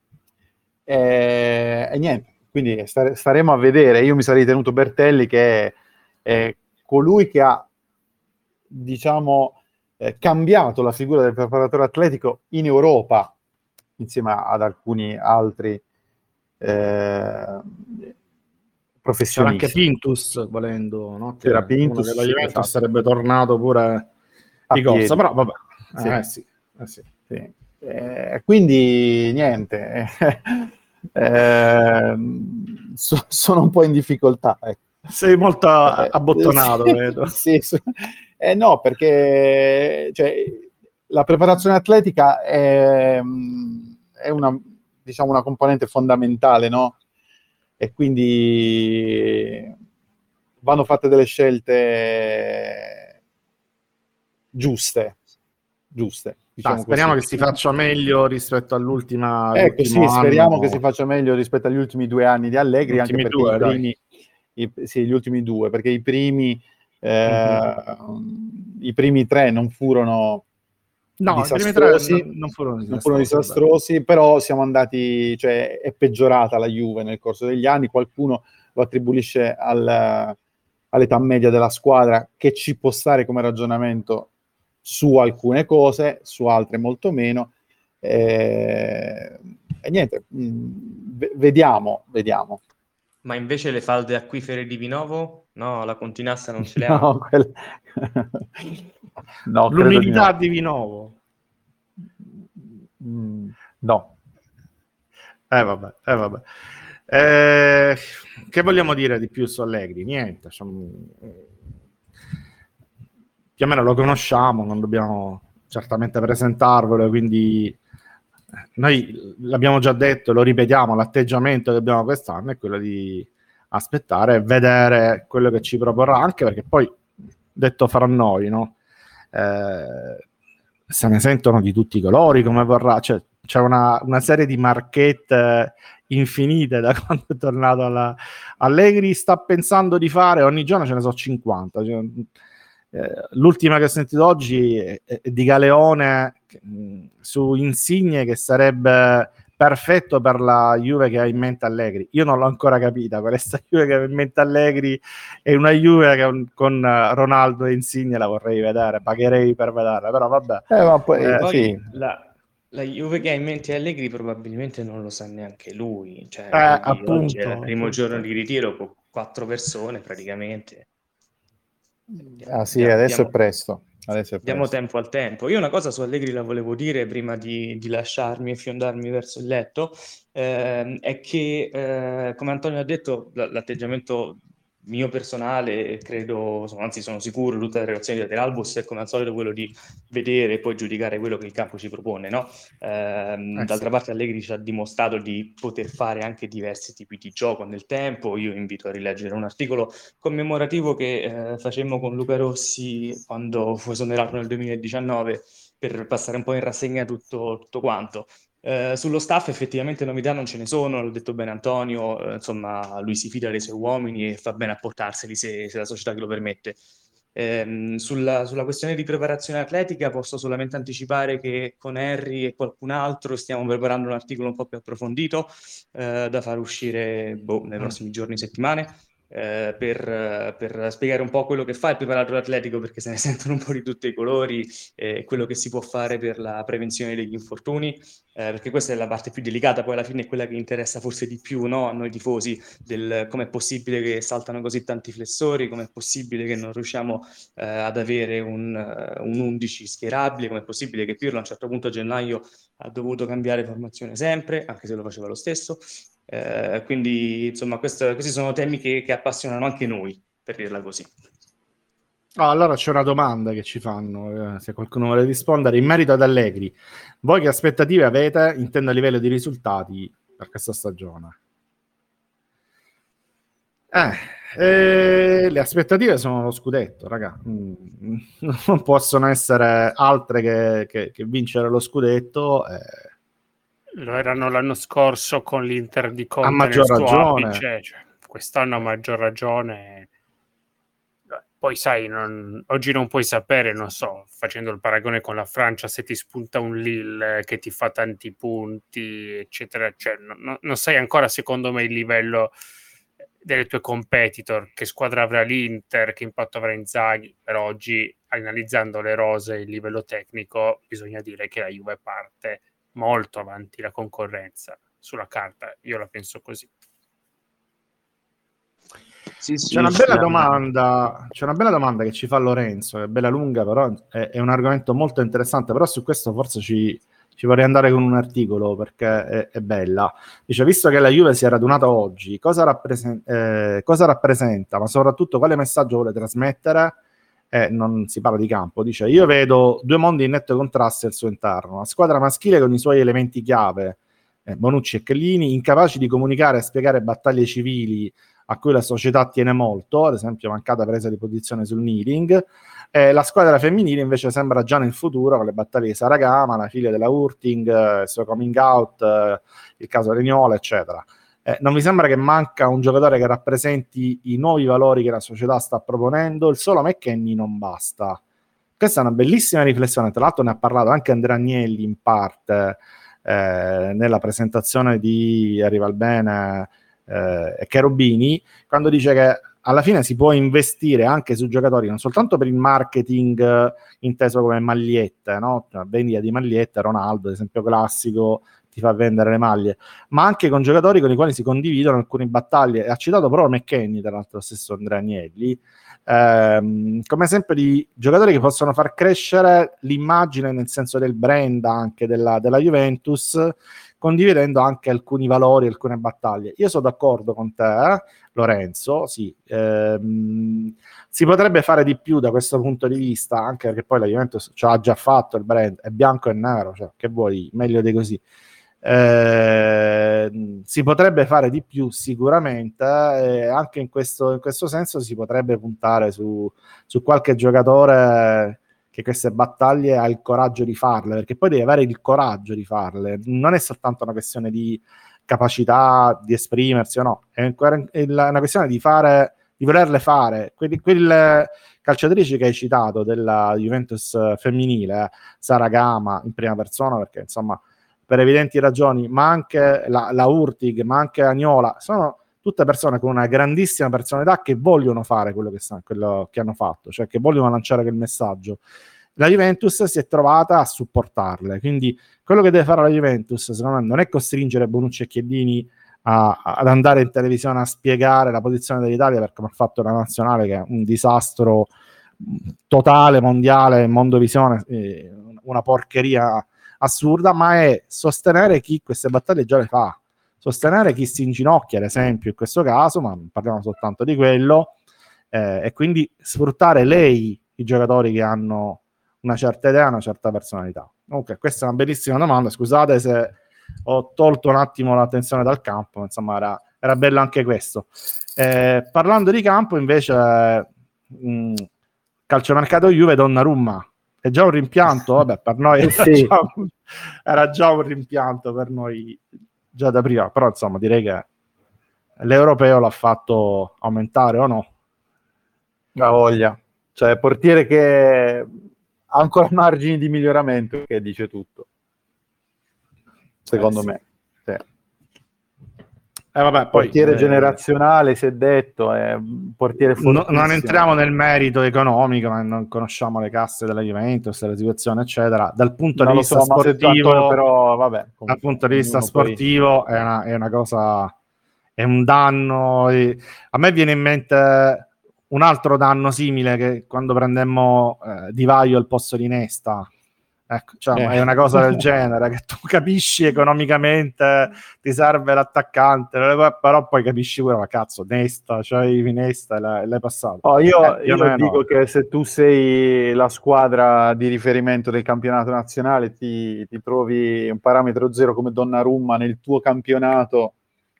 Eh, e niente. Quindi stare, staremo a vedere. Io mi sarei tenuto Bertelli, che è, è colui che ha, diciamo, eh, cambiato la figura del preparatore atletico in Europa, insieme ad alcuni altri eh, professionisti. C'era anche Pintus, volendo, no? Che C'era Pintus, della Juventus esatto. Sarebbe tornato pure di corsa, però vabbè. Sì. Eh, sì. Eh, sì. Sì. Eh, quindi niente. Eh, so, sono un po' in difficoltà, ecco. Sei molto abbottonato, eh, vedo. Sì, sì. Eh, no, perché cioè, la preparazione atletica è, è una, diciamo, una componente fondamentale, no? E quindi vanno fatte delle scelte giuste, giuste. Diciamo, speriamo così. Che si faccia meglio rispetto all'ultima ecco, sì, anno. speriamo che si faccia meglio rispetto agli ultimi due anni di Allegri, anche perché due, i primi, i, sì, gli ultimi due, perché i primi eh, mm-hmm. i primi tre non furono no, disastrosi, i primi tre non, non furono disastrosi, non furono disastrosi però siamo andati, cioè è peggiorata la Juve nel corso degli anni. Qualcuno lo attribuisce al, all'età media della squadra, che ci può stare come ragionamento su alcune cose, su altre molto meno, eh, e niente, mh, vediamo, vediamo. Ma invece le falde acquifere di Vinovo? No, la Continassa non ce le ha. No, quelle... no, l'umidità di, di Vinovo. Mm, no. Eh vabbè, eh vabbè. Eh, che vogliamo dire di più su Allegri? Niente, sono... più o meno lo conosciamo, non dobbiamo certamente presentarvelo, quindi noi l'abbiamo già detto, lo ripetiamo, l'atteggiamento che abbiamo quest'anno è quello di aspettare e vedere quello che ci proporrà, anche perché poi, detto fra noi, no? Eh, se ne sentono di tutti i colori, come vorrà, cioè, c'è una, una serie di marchette infinite da quando è tornato alla Allegri. Sta pensando di fare, ogni giorno ce ne so cinquanta, cioè, eh, l'ultima che ho sentito oggi è, è di Galeone mh, su Insigne, che sarebbe perfetto per la Juve che ha in mente Allegri. Io non l'ho ancora capita questa Juve che ha in mente Allegri, è una Juve che con Ronaldo e Insigne la vorrei vedere, pagherei per vederla, però vabbè. Eh, ma poi, Eh, Poi sì. la, la Juve che ha in mente Allegri probabilmente non lo sa neanche lui, cioè Eh, quindi oggi è il appunto, primo appunto. giorno di ritiro con quattro persone praticamente. Ah sì, Diamo, adesso è diamo- presto. Adesso è diamo presto. tempo al tempo. Io una cosa su Allegri la volevo dire prima di, di lasciarmi e fiondarmi verso il letto, ehm, è che, eh, come Antonio ha detto, l- l'atteggiamento mio personale, e credo, insomma, anzi sono sicuro, tutta la relazione di Albus è come al solito quello di vedere e poi giudicare quello che il campo ci propone, no? Ehm, Eh, d'altra sì. parte Allegri ci ha dimostrato di poter fare anche diversi tipi di gioco nel tempo. Io invito a rileggere un articolo commemorativo che eh, facemmo con Luca Rossi quando fu esonerato nel duemiladiciannove, per passare un po' in rassegna tutto, tutto quanto. Eh, sullo staff effettivamente novità non ce ne sono, l'ho detto bene Antonio, eh, insomma lui si fida dei suoi uomini e fa bene a portarseli se, se la società glielo permette. Ehm, sulla, sulla questione di preparazione atletica posso solamente anticipare che con Harry e qualcun altro stiamo preparando un articolo un po' più approfondito eh, da far uscire boh, nei prossimi giorni, settimane, eh, per, per spiegare un po' quello che fa il preparatore atletico, perché se ne sentono un po' di tutti i colori, e quello che si può fare per la prevenzione degli infortuni, eh, perché questa è la parte più delicata, poi alla fine è quella che interessa forse di più, no, a noi tifosi, del com'è possibile che saltano così tanti flessori, com'è possibile che non riusciamo eh, ad avere un, uh, un undici schierabile, com'è possibile che Pirlo a un certo punto a gennaio ha dovuto cambiare formazione sempre, anche se lo faceva lo stesso. Eh, quindi insomma questo, questi sono temi che, che appassionano anche noi, per dirla così. Oh, allora c'è una domanda che ci fanno, eh, se qualcuno vuole rispondere, in merito ad Allegri. Voi che aspettative avete, intendo a livello di risultati, per questa stagione? Eh, eh, le aspettative sono lo scudetto, raga. Mm, non possono essere altre che, che, che vincere lo scudetto. Eh. Lo erano l'anno scorso con l'Inter di A Conte maggior nel suo ragione. apice, cioè, quest'anno a maggior ragione. Poi sai, non, oggi non puoi sapere, non so, facendo il paragone con la Francia, se ti spunta un Lille che ti fa tanti punti, eccetera, cioè, no, non sai ancora, secondo me, il livello delle tue competitor, che squadra avrà l'Inter, che impatto avrà Inzaghi. Per oggi, analizzando le rose e il livello tecnico, bisogna dire che la Juve parte molto avanti la concorrenza sulla carta, io la penso così. Sì, sì, C'è una bella sì. domanda, c'è una bella domanda che ci fa Lorenzo, è bella lunga, però è, è un argomento molto interessante, però su questo forse ci, ci vorrei andare con un articolo perché è, è bella. Dice, visto che la Juve si è radunata oggi, cosa, rappresen- eh, cosa rappresenta, ma soprattutto quale messaggio vuole trasmettere? Eh, non si parla di campo, dice, io vedo due mondi in netto contrasto al suo interno, la squadra maschile con i suoi elementi chiave, eh, Bonucci e Chiellini, incapaci di comunicare e spiegare battaglie civili a cui la società tiene molto, ad esempio mancata presa di posizione sul kneeling. Eh, la squadra femminile invece sembra già nel futuro, con le battaglie di Saragama, la figlia della Hurting, eh, il suo coming out, eh, il caso Regnola, eccetera. Eh, non vi sembra che manca un giocatore che rappresenti i nuovi valori che la società sta proponendo? Il solo McKennie non basta. Questa è una bellissima riflessione, tra l'altro ne ha parlato anche Andrea Agnelli in parte eh, nella presentazione di Arriva il Bene e eh, Cherubini, quando dice che alla fine si può investire anche su giocatori non soltanto per il marketing eh, inteso come magliette, no? Cioè, vendita di magliette, Ronaldo, ad esempio classico, ti fa vendere le maglie, ma anche con giocatori con i quali si condividono alcune battaglie. E ha citato proprio McKennie, tra l'altro stesso Andrea Agnelli, ehm, come esempio di giocatori che possono far crescere l'immagine nel senso del brand anche della, della Juventus, condividendo anche alcuni valori, alcune battaglie. Io sono d'accordo con te, eh, Lorenzo, sì, ehm, si potrebbe fare di più da questo punto di vista, anche perché poi la Juventus ce l'ha già fatto, il brand è bianco e nero, cioè, che vuoi, meglio di così. Eh, si potrebbe fare di più sicuramente, e anche in questo, in questo senso si potrebbe puntare su, su qualche giocatore che queste battaglie ha il coraggio di farle, perché poi devi avere il coraggio di farle, non è soltanto una questione di capacità di esprimersi o no, è una questione di fare, di volerle fare. Quelli, quelle calciatrici che hai citato della Juventus femminile, Sara Gama in prima persona, perché insomma per evidenti ragioni, ma anche la, la Urtig, ma anche Agnola, sono tutte persone con una grandissima personalità che vogliono fare quello che, stanno, quello che hanno fatto, cioè che vogliono lanciare quel messaggio. La Juventus si è trovata a supportarle, quindi quello che deve fare la Juventus, secondo me, non è costringere Bonucci e Chiellini a, ad andare in televisione a spiegare la posizione dell'Italia, perché come ha fatto la nazionale, che è un disastro totale, mondiale, mondovisione, eh, una porcheria assurda, ma è sostenere chi queste battaglie già le fa, sostenere chi si inginocchia, ad esempio in questo caso, ma non parliamo soltanto di quello, eh, e quindi sfruttare lei i giocatori che hanno una certa idea, una certa personalità. Comunque questa è una bellissima domanda, scusate se ho tolto un attimo l'attenzione dal campo, insomma era, era bello anche questo. Eh, parlando di campo invece, mh, calciomercato Juve, Donnarumma è già un rimpianto, vabbè, per noi era, sì. già un, era già un rimpianto per noi già da prima, però insomma direi che l'europeo l'ha fatto aumentare, o no? La voglia, cioè portiere che ha ancora margini di miglioramento, che dice tutto, secondo eh, sì. me. Sì. Eh, vabbè, poi, portiere eh, generazionale, si è detto, è un portiere no, fortissimo. non entriamo nel merito economico, ma non conosciamo le casse della Juventus, la situazione eccetera. Dal punto non di lo vista so, sportivo, Antonio, però vabbè, comunque, dal punto di vista sportivo poi... è, una, è una cosa, è un danno. E a me viene in mente un altro danno simile, che quando prendemmo eh, Di Vaio al posto di Nesta. Ecco, cioè, eh. è una cosa del genere, che tu capisci economicamente ti serve l'attaccante, però poi capisci pure, ma cazzo, Nesta, cioè Nesta, l'hai, l'hai passato. Oh, io eh, io io dico no. che se tu sei la squadra di riferimento del campionato nazionale, ti, ti trovi un parametro zero come Donnarumma nel tuo campionato,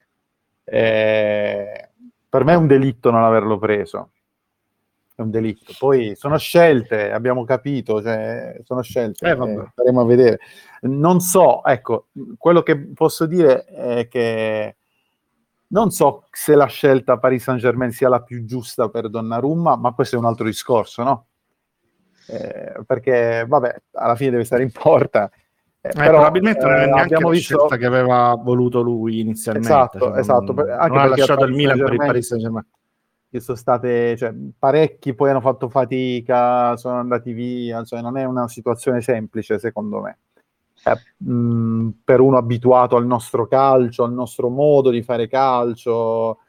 eh, per me è un delitto non averlo preso. È un delitto. Poi sono scelte, abbiamo capito, cioè, sono scelte, eh, eh, staremo a vedere. Non so, ecco, quello che posso dire è che non so se la scelta Paris Saint-Germain sia la più giusta per Donnarumma, ma questo è un altro discorso, no? Eh, perché, vabbè, alla fine deve stare in porta. Eh, eh, però, probabilmente non è eh, neanche abbiamo la visto... scelta che aveva voluto lui inizialmente. Esatto, cioè, esatto. non, Anche non ha perché lasciato il Paris Milan per il Saint-Germain... Paris Saint-Germain. Che sono state, cioè, parecchi poi hanno fatto fatica, sono andati via, cioè non è una situazione semplice secondo me. Eh, mh, per uno abituato al nostro calcio, al nostro modo di fare calcio,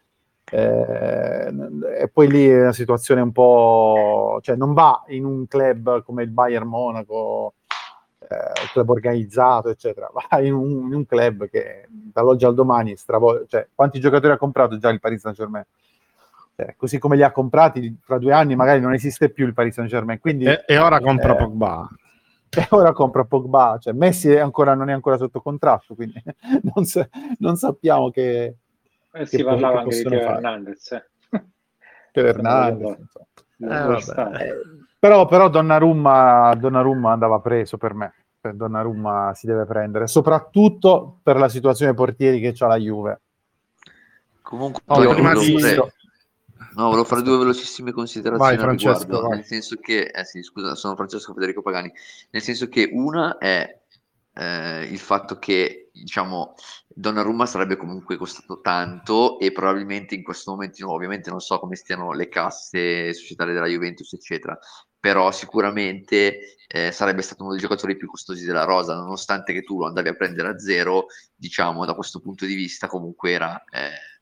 eh, e poi lì è una situazione un po', cioè non va in un club come il Bayern Monaco, eh, il club organizzato eccetera, va in un, in un club che dall'oggi al domani stravol- cioè quanti giocatori ha comprato già il Paris Saint-Germain? Eh, così come li ha comprati, fra due anni magari non esiste più il Paris Saint-Germain, quindi, e, e ora compra eh, Pogba. E ora compra Pogba, cioè Messi è ancora, non è ancora sotto contratto, quindi non, sa- non sappiamo che, eh, si che, parlava che anche di possono Teo fare. Hernandez, eh. Per Hernandez, Eh, eh, però, però Donnarumma, Donnarumma andava preso per me. Per Donnarumma si deve prendere, soprattutto per la situazione portieri che c'ha la Juve. Comunque, no, io prima volevo di... fare, no, volevo fare due velocissime considerazioni Vai, al Francesco, riguardo, vai. nel senso che, eh sì, scusa, sono Francesco Federico Pagani, nel senso che una è eh, il fatto che, diciamo, Donnarumma sarebbe comunque costato tanto e probabilmente in questo momento, ovviamente non so come stiano le casse societarie della Juventus, eccetera, però sicuramente eh, sarebbe stato uno dei giocatori più costosi della rosa, nonostante che tu lo andavi a prendere a zero, diciamo, da questo punto di vista comunque era... Eh,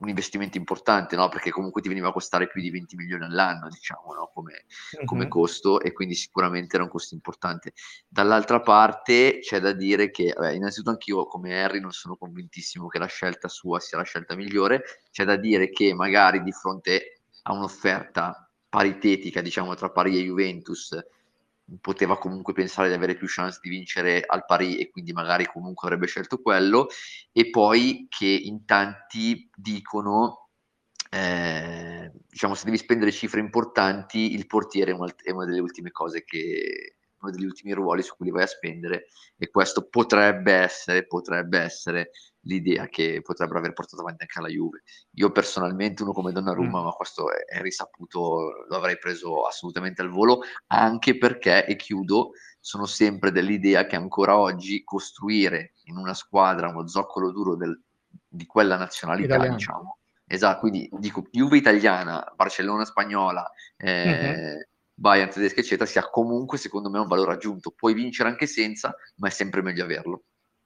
un investimento importante, no? Perché comunque ti veniva a costare più di venti milioni all'anno, diciamo, no? Come, Mhm. come costo, e quindi sicuramente era un costo importante. Dall'altra parte c'è da dire che, vabbè, innanzitutto anch'io come Harry non sono convintissimo che la scelta sua sia la scelta migliore. C'è da dire che magari di fronte a un'offerta paritetica, diciamo, tra Paris e Juventus, poteva comunque pensare di avere più chance di vincere al Paris, e quindi magari comunque avrebbe scelto quello. E poi che in tanti dicono, eh, diciamo, se devi spendere cifre importanti, il portiere è una, è una delle ultime cose che, uno degli ultimi ruoli su cui li vai a spendere, e questo potrebbe essere, potrebbe essere l'idea che potrebbero aver portato avanti anche alla Juve. Io personalmente, uno come Donnarumma, Mm. ma questo è, è risaputo, lo avrei preso assolutamente al volo, anche perché, e chiudo, sono sempre dell'idea che ancora oggi costruire in una squadra uno zoccolo duro del, di quella nazionalità, Italiano. diciamo, esatto, quindi dico Juve italiana, Barcellona spagnola, eh, Mhm. Bayern tedesca, eccetera, sia comunque secondo me un valore aggiunto. Puoi vincere anche senza, ma è sempre meglio averlo.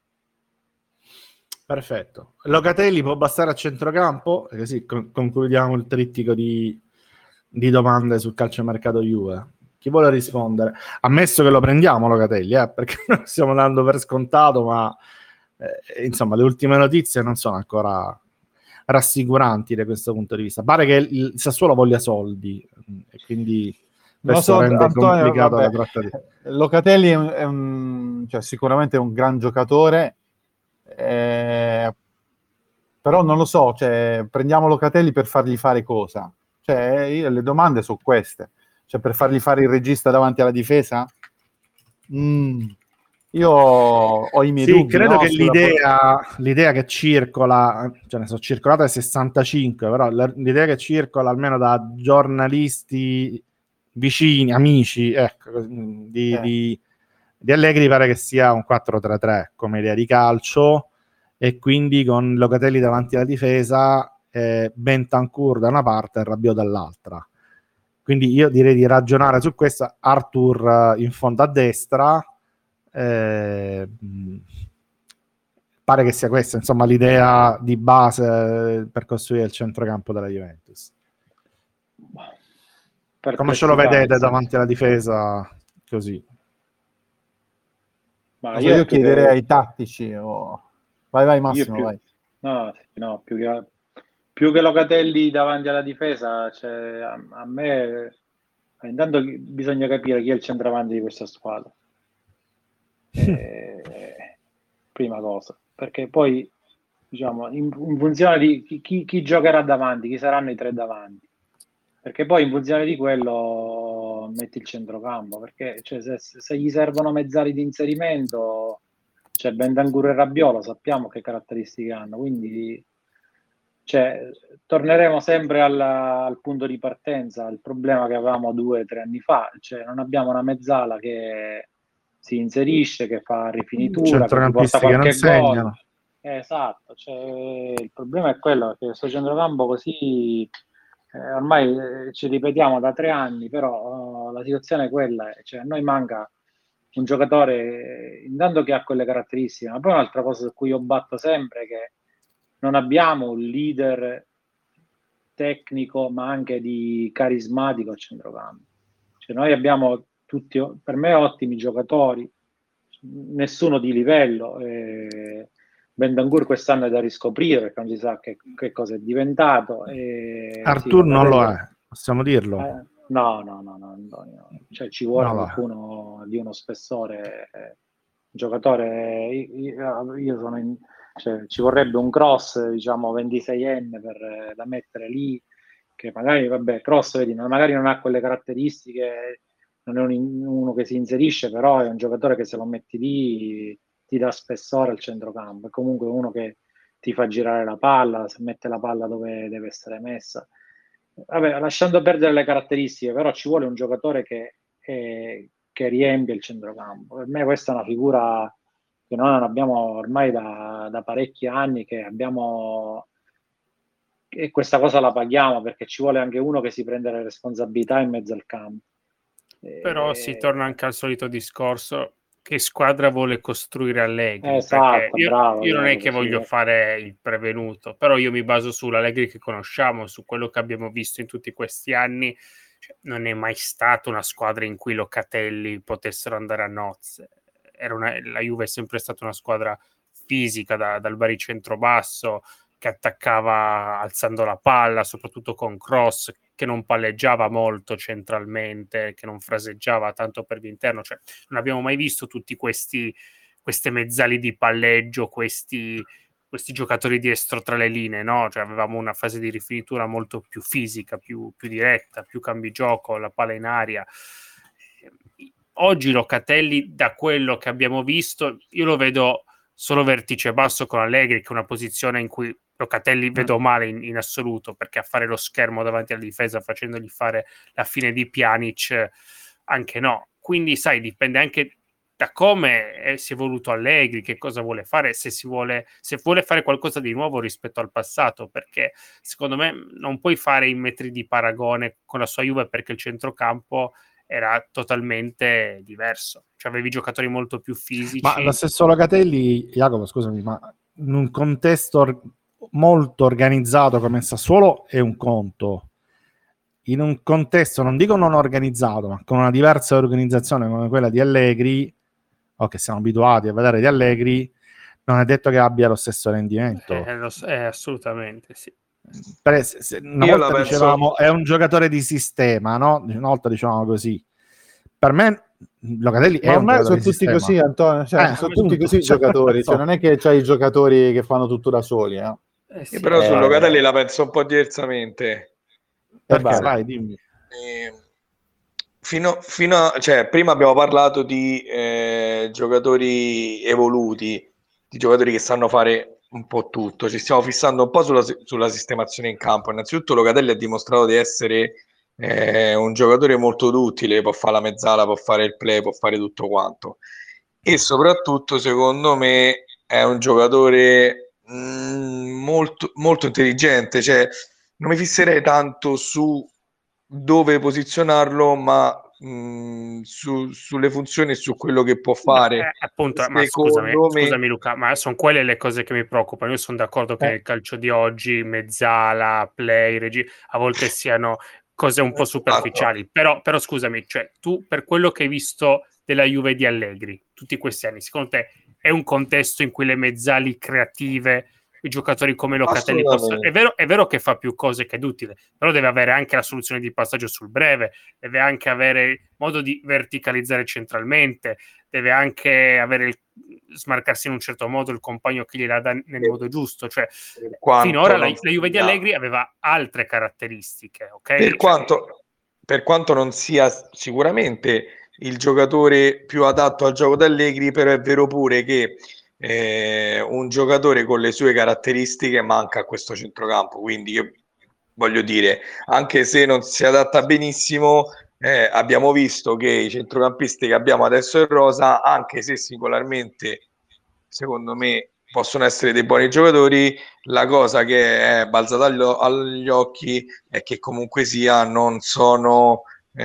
Perfetto. Locatelli può bastare a centrocampo? E così con- concludiamo il trittico di, di domande sul calciomercato Juve. Chi vuole rispondere? Ammesso che lo prendiamo Locatelli, eh, perché lo stiamo dando per scontato, ma eh, insomma le ultime notizie non sono ancora rassicuranti da questo punto di vista. Pare che il Sassuolo voglia soldi, e quindi Non lo questo so, rende Antonio, complicato vabbè, la trattativa. Locatelli è un, è un- cioè, sicuramente è un gran giocatore, eh, però non lo so, cioè, prendiamo Locatelli per fargli fare cosa? Cioè, io, le domande sono queste. Cioè, per fargli fare il regista davanti alla difesa? Mm, io ho i miei Sì, dubbi, credo no? che Sulla- l'idea, l'idea che circola, cioè ne sono circolate sessantacinque, però la- l'idea che circola almeno da giornalisti vicini, amici, ecco, di, Eh. di, di Allegri, pare che sia un quattro tre tre come idea di calcio, e quindi con Locatelli davanti alla difesa, eh, Bentancur da una parte e Rabiot dall'altra. Quindi io direi di ragionare su questo. Arthur eh, in fondo a destra. Eh, mh, pare che sia questa, insomma, l'idea di base per costruire il centrocampo della Juventus. Come ce lo vedete davanti alla difesa così? Ma Non so, io, io più chiederei che, ai tattici. o- Vai, vai, io Massimo, più, vai. no, sì, no, più che, più che Locatelli davanti alla difesa, cioè, a, a me intanto chi- bisogna capire chi è il centravanti di questa squadra. Eh, prima cosa, perché poi diciamo in, in funzione di chi, chi- chi giocherà davanti, chi saranno i tre davanti, perché poi in funzione di quello metti il centrocampo, perché cioè, se, se gli servono mezzali di inserimento, cioè Bentancur e Rabiot sappiamo che caratteristiche hanno, quindi cioè, torneremo sempre alla- al punto di partenza, al problema che avevamo due o tre anni fa, cioè non abbiamo una mezzala che si inserisce, che fa rifinitura, che ti porta Centrocampisti che non qualche gol. segnano. Eh, esatto, cioè, il problema è quello che questo centrocampo così eh, ormai eh, ci ripetiamo da tre anni, però oh, la situazione è quella, eh, cioè, a noi manca un giocatore eh, intanto che ha quelle caratteristiche, ma poi un'altra cosa su cui io batto sempre è che non abbiamo un leader tecnico ma anche di carismatico a centrocampo. Cioè, noi abbiamo tutti, per me, ottimi giocatori, nessuno di livello. Eh, Bentancur quest'anno è da riscoprire perché non si sa che, che cosa è diventato. Eh, Arthur sì, non lo Locatelli- è, possiamo dirlo. eh, no, no, no, no, Antonio. Cioè, ci vuole No, va. qualcuno di uno spessore. Eh, giocatore, io, io sono in, cioè, ci vorrebbe un cross, diciamo, ventiseienne per, eh, da mettere lì, che magari, vabbè, cross, vedi, magari non ha quelle caratteristiche, non è un- uno che si inserisce, però è un giocatore che se lo metti lì ti dà spessore al centrocampo, è comunque uno che ti fa girare la palla, se mette la palla dove deve essere messa. Vabbè, lasciando perdere le caratteristiche, però ci vuole un giocatore che, eh, che riempie il centrocampo. Per me questa è una figura che noi non abbiamo ormai da, da parecchi anni, che abbiamo, e questa cosa la paghiamo perché ci vuole anche uno che si prende le responsabilità in mezzo al campo. Però Eh, si torna anche al solito discorso che squadra vuole costruire Allegri, esatto, perché io, bravo, io non è bravo, che voglio sì. fare il prevenuto, però io mi baso sull'Allegri che conosciamo, su quello che abbiamo visto in tutti questi anni. Cioè, non è mai stata una squadra in cui Locatelli potessero andare a nozze. Era una, la Juve è sempre stata una squadra fisica da, dal baricentro basso, che attaccava alzando la palla, soprattutto con cross, che non palleggiava molto centralmente, che non fraseggiava tanto per l'interno. Cioè, non abbiamo mai visto tutti questi queste mezzali di palleggio, questi, questi giocatori diestro tra le linee, no? Cioè, avevamo una fase di rifinitura molto più fisica, più, più diretta, più cambigioco, la palla in aria. Oggi Locatelli, da quello che abbiamo visto, io lo vedo solo vertice basso con Allegri, che è una posizione in cui Locatelli vedo male in, in assoluto, perché a fare lo schermo davanti alla difesa facendogli fare la fine di Pjanic anche no. Quindi sai, dipende anche da come è, si è voluto Allegri, che cosa vuole fare, se si vuole se vuole fare qualcosa di nuovo rispetto al passato, perché secondo me non puoi fare i metri di paragone con la sua Juve, perché il centrocampo era totalmente diverso, cioè avevi giocatori molto più fisici. Ma lo stesso Locatelli, Jacopo, scusami, ma in un contesto or- molto organizzato come il Sassuolo è un conto, in un contesto, non dico non organizzato, ma con una diversa organizzazione come quella di Allegri, o che siamo abituati a vedere di Allegri, non è detto che abbia lo stesso rendimento. Eh, lo, eh, assolutamente sì. Per, se, se, una Io volta la dicevamo penso... è un giocatore di sistema, no? Una volta dicevamo così. Per me Locatelli è Ma un ormai giocatore sono di tutti sistema. così, Antonio, cioè, Eh, sono appunto, tutti così i cioè, giocatori, so. cioè, non è che c'hai i giocatori che fanno tutto da soli, eh. Eh sì, Io però eh, su Locatelli la penso un po' diversamente. Perché vai. vai, dimmi. Eh, fino, fino a, cioè, prima abbiamo parlato di eh, giocatori evoluti, di giocatori che sanno fare un po' tutto. Ci stiamo fissando un po' sulla, sulla sistemazione in campo. Innanzitutto Locatelli ha dimostrato di essere eh, un giocatore molto duttile, può fare la mezzala, può fare il play, può fare tutto quanto. E soprattutto, secondo me, è un giocatore mh, molto, molto intelligente. Cioè, non mi fisserei tanto su dove posizionarlo, ma mh, su, sulle funzioni e su quello che può fare. No, eh, appunto, Secondo ma scusami, me, scusami Luca, ma sono quelle le cose che mi preoccupano. Io sono d'accordo che Eh. nel calcio di oggi mezzala, play, regi, a volte siano cose un po' superficiali, però, però scusami, cioè, tu per quello che hai visto della Juve di Allegri tutti questi anni, secondo te è un contesto in cui le mezzali creative, i giocatori come Locatelli possono... È vero, è vero che fa più cose che è utile, però deve avere anche la soluzione di passaggio sul breve, deve anche avere modo di verticalizzare centralmente, deve anche avere il, smarcarsi in un certo modo il compagno che gliela dà nel modo giusto. Cioè, finora la, la Juve di Allegri aveva altre caratteristiche, ok? Per, cioè, quanto, per quanto non sia sicuramente il giocatore più adatto al gioco d'Allegri, però è vero pure che eh, un giocatore con le sue caratteristiche manca a questo centrocampo, quindi io voglio dire, anche se non si adatta benissimo, eh, abbiamo visto che i centrocampisti che abbiamo adesso in rosa, anche se singolarmente secondo me possono essere dei buoni giocatori, la cosa che è balzata agli, agli occhi è che comunque sia non sono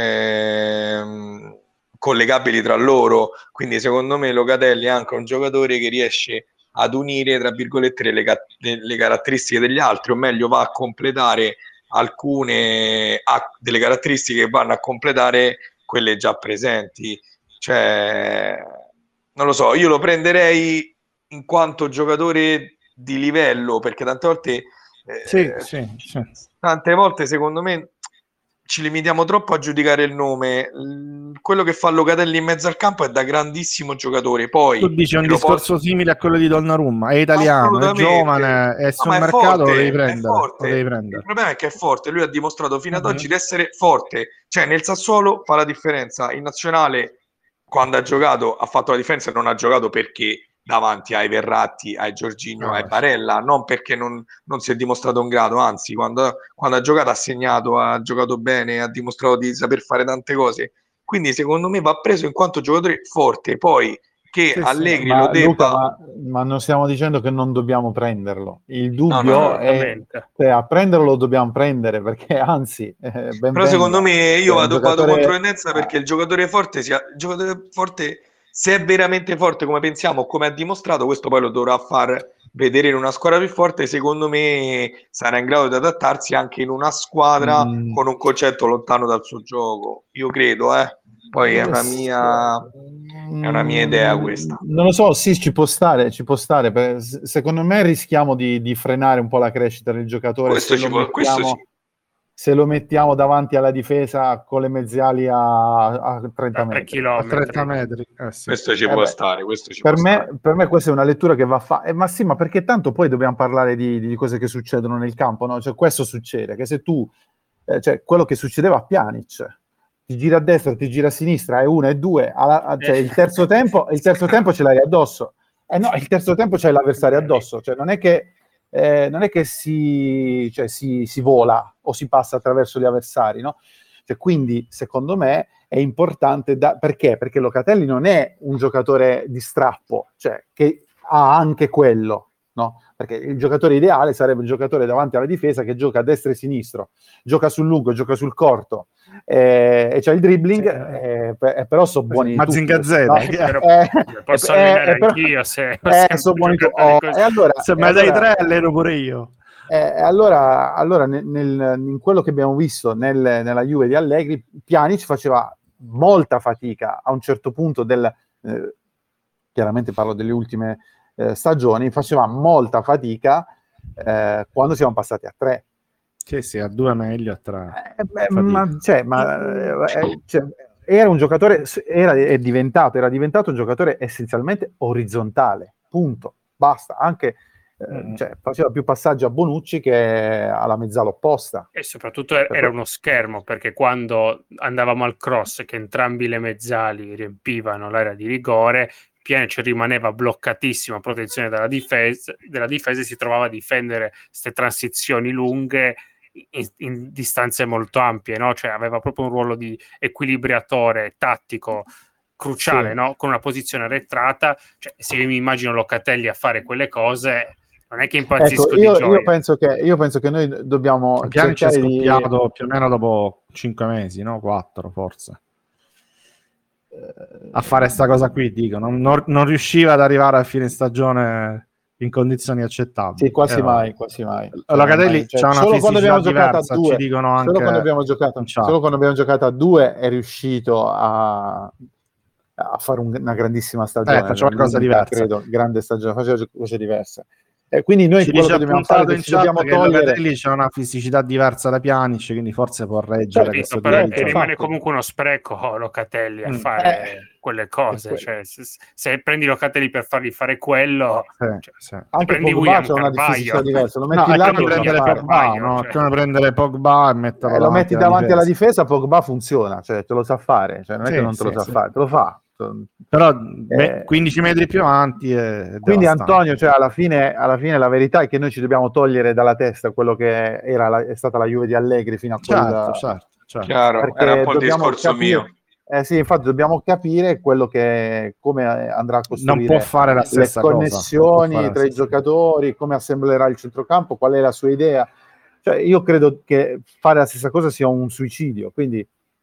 ehm, collegabili tra loro, quindi secondo me Locatelli è anche un giocatore che riesce ad unire tra virgolette le, le caratteristiche degli altri, o meglio va a completare alcune ha delle caratteristiche che vanno a completare quelle già presenti. Cioè, non lo so, io lo prenderei in quanto giocatore di livello, perché tante volte eh, sì, sì, sì. tante volte secondo me ci limitiamo troppo a giudicare il nome. Quello che fa Locatelli in mezzo al campo è da grandissimo giocatore. Poi tu dici un discorso posso... simile a quello di Donnarumma, è italiano, è giovane, è sul no, mercato, forte, lo devi prendere, lo devi prendere. Il problema è che è forte, lui ha dimostrato fino ad uh-huh. oggi di essere forte, cioè nel Sassuolo fa la differenza, in nazionale quando ha giocato ha fatto la differenza, non ha giocato perché davanti ai Verratti, ai Jorginho, no, ai Barella, non perché non, non si è dimostrato un grado, anzi quando, quando ha giocato ha segnato, ha giocato bene, ha dimostrato di saper fare tante cose, quindi secondo me va preso in quanto giocatore forte. Poi che sì, Allegri sì, lo ma, debba Luca, ma, ma non stiamo dicendo che non dobbiamo prenderlo, il dubbio no, no, è che a prenderlo lo dobbiamo prendere, perché anzi eh, ben però secondo me io vado, giocatore... vado contro tendenza, perché il giocatore forte sia il giocatore forte se è veramente forte come pensiamo, come ha dimostrato, questo poi lo dovrà far vedere in una squadra più forte. Secondo me sarà in grado di adattarsi anche in una squadra mm. con un concetto lontano dal suo gioco, io credo, eh. Poi è una mia è una mia idea questa. Non lo so, sì, ci può stare, ci può stare. Secondo me rischiamo di, di frenare un po' la crescita del giocatore. Questo, se ci lo può, mettiamo, questo sì. Se lo mettiamo davanti alla difesa con le mezziali a, a trenta a metri. A trenta metri. Eh, sì. Questo ci eh può beh, stare. Questo ci per, può me, stare. per me questa è una lettura che va fatta. Eh, ma sì, ma perché tanto poi dobbiamo parlare di, di cose che succedono nel campo, no? Cioè, questo succede, che se tu... Eh, cioè, quello che succedeva a Pjanic... ti gira a destra, ti gira a sinistra, è uno e due, alla, cioè il terzo tempo, il terzo tempo ce l'hai addosso. Eh no, il terzo tempo c'hai l'avversario addosso, cioè non è che, eh, non è che si, cioè, si, si vola o si passa attraverso gli avversari, no? Cioè, quindi, secondo me, è importante, da, perché? Perché Locatelli non è un giocatore di strappo, cioè che ha anche quello, no? Perché il giocatore ideale sarebbe il giocatore davanti alla difesa che gioca a destra e sinistro, gioca sul lungo, gioca sul corto, eh, e c'ha il dribbling, eh, eh, però sono buoni ma tutti. Zingazzetta, No? eh, eh, posso allenare eh, anch'io se eh, sono buoni tu- oh, e allora, se me allora, dai tre alleno pure io. Eh, allora, allora nel, nel, in quello che abbiamo visto nel, nella Juve di Allegri, Pjanic faceva molta fatica a un certo punto del, eh, chiaramente parlo delle ultime eh, stagioni, faceva molta fatica eh, quando siamo passati a tre. Sì, sì, a due meglio, a tre. Eh, beh, ma, cioè, ma eh, cioè, era un giocatore, era, è diventato, era diventato un giocatore essenzialmente orizzontale, punto, basta, anche eh, cioè, faceva più passaggi a Bonucci che alla mezzala opposta. E soprattutto era uno schermo, perché quando andavamo al cross, che entrambi le mezzali riempivano l'area di rigore, Pjanic rimaneva bloccatissimo a protezione della difesa, della difesa e si trovava a difendere queste transizioni lunghe in, in distanze molto ampie, no? Cioè aveva proprio un ruolo di equilibriatore tattico cruciale, sì. No? Con una posizione arretrata, cioè, se io mi immagino Locatelli a fare quelle cose, non è che impazzisco ecco, io, di gioia. Io penso, che, io penso che noi dobbiamo Pjanic cercare è scoppiato di... più o meno dopo cinque mesi, no? Quattro forse. A fare sta cosa qui, dico, non, non, non riusciva ad arrivare a fine stagione in condizioni accettabili. Sì, quasi eh, mai, quasi mai. Locatelli cioè, c'ha una solo quando abbiamo diversa, giocato a due, ci dicono anche solo quando abbiamo giocato, solo quando abbiamo giocato a due è riuscito a, a fare un, una grandissima stagione. Eh, faceva cosa diversa. Credo, grande stagione, faceva cose diverse. E quindi noi ci quello dice che dobbiamo fare è in chat che togliere... Locatelli c'ha una fisicità diversa da Pjanic, quindi forse può reggere Capito, questo però diritto. rimane comunque uno spreco Locatelli a Mm. fare Eh, quelle cose, cioè, se, se prendi Locatelli per fargli fare quello, sì, cioè, sì. Anche prendi Pogba William c'è una Carvalho. fisicità diversa, lo No, metti è là come che prendere fare. Pogba, no? cioè. È come prendere Pogba e metterlo Eh, lo metti davanti alla alla difesa, Pogba funziona, cioè te lo sa fare, cioè non è Sì, che non te lo sì, sa sì. fare, te lo fa. Però Eh, quindici metri più avanti è Quindi devastante. Antonio, cioè alla fine, alla fine la verità è che noi ci dobbiamo togliere dalla testa quello che era la, è stata la Juve di Allegri fino a quel... Certo, certo, certo. Chiaro, Perché era un po' il dobbiamo discorso capire- mio. Eh sì, infatti dobbiamo capire quello che, come andrà a costruire Non può fare la le stessa cosa. Non può connessioni fare la tra i stessa giocatori, come assemblerà il centrocampo, qual è la sua idea. Cioè, io credo che fare la stessa cosa sia un suicidio, quindi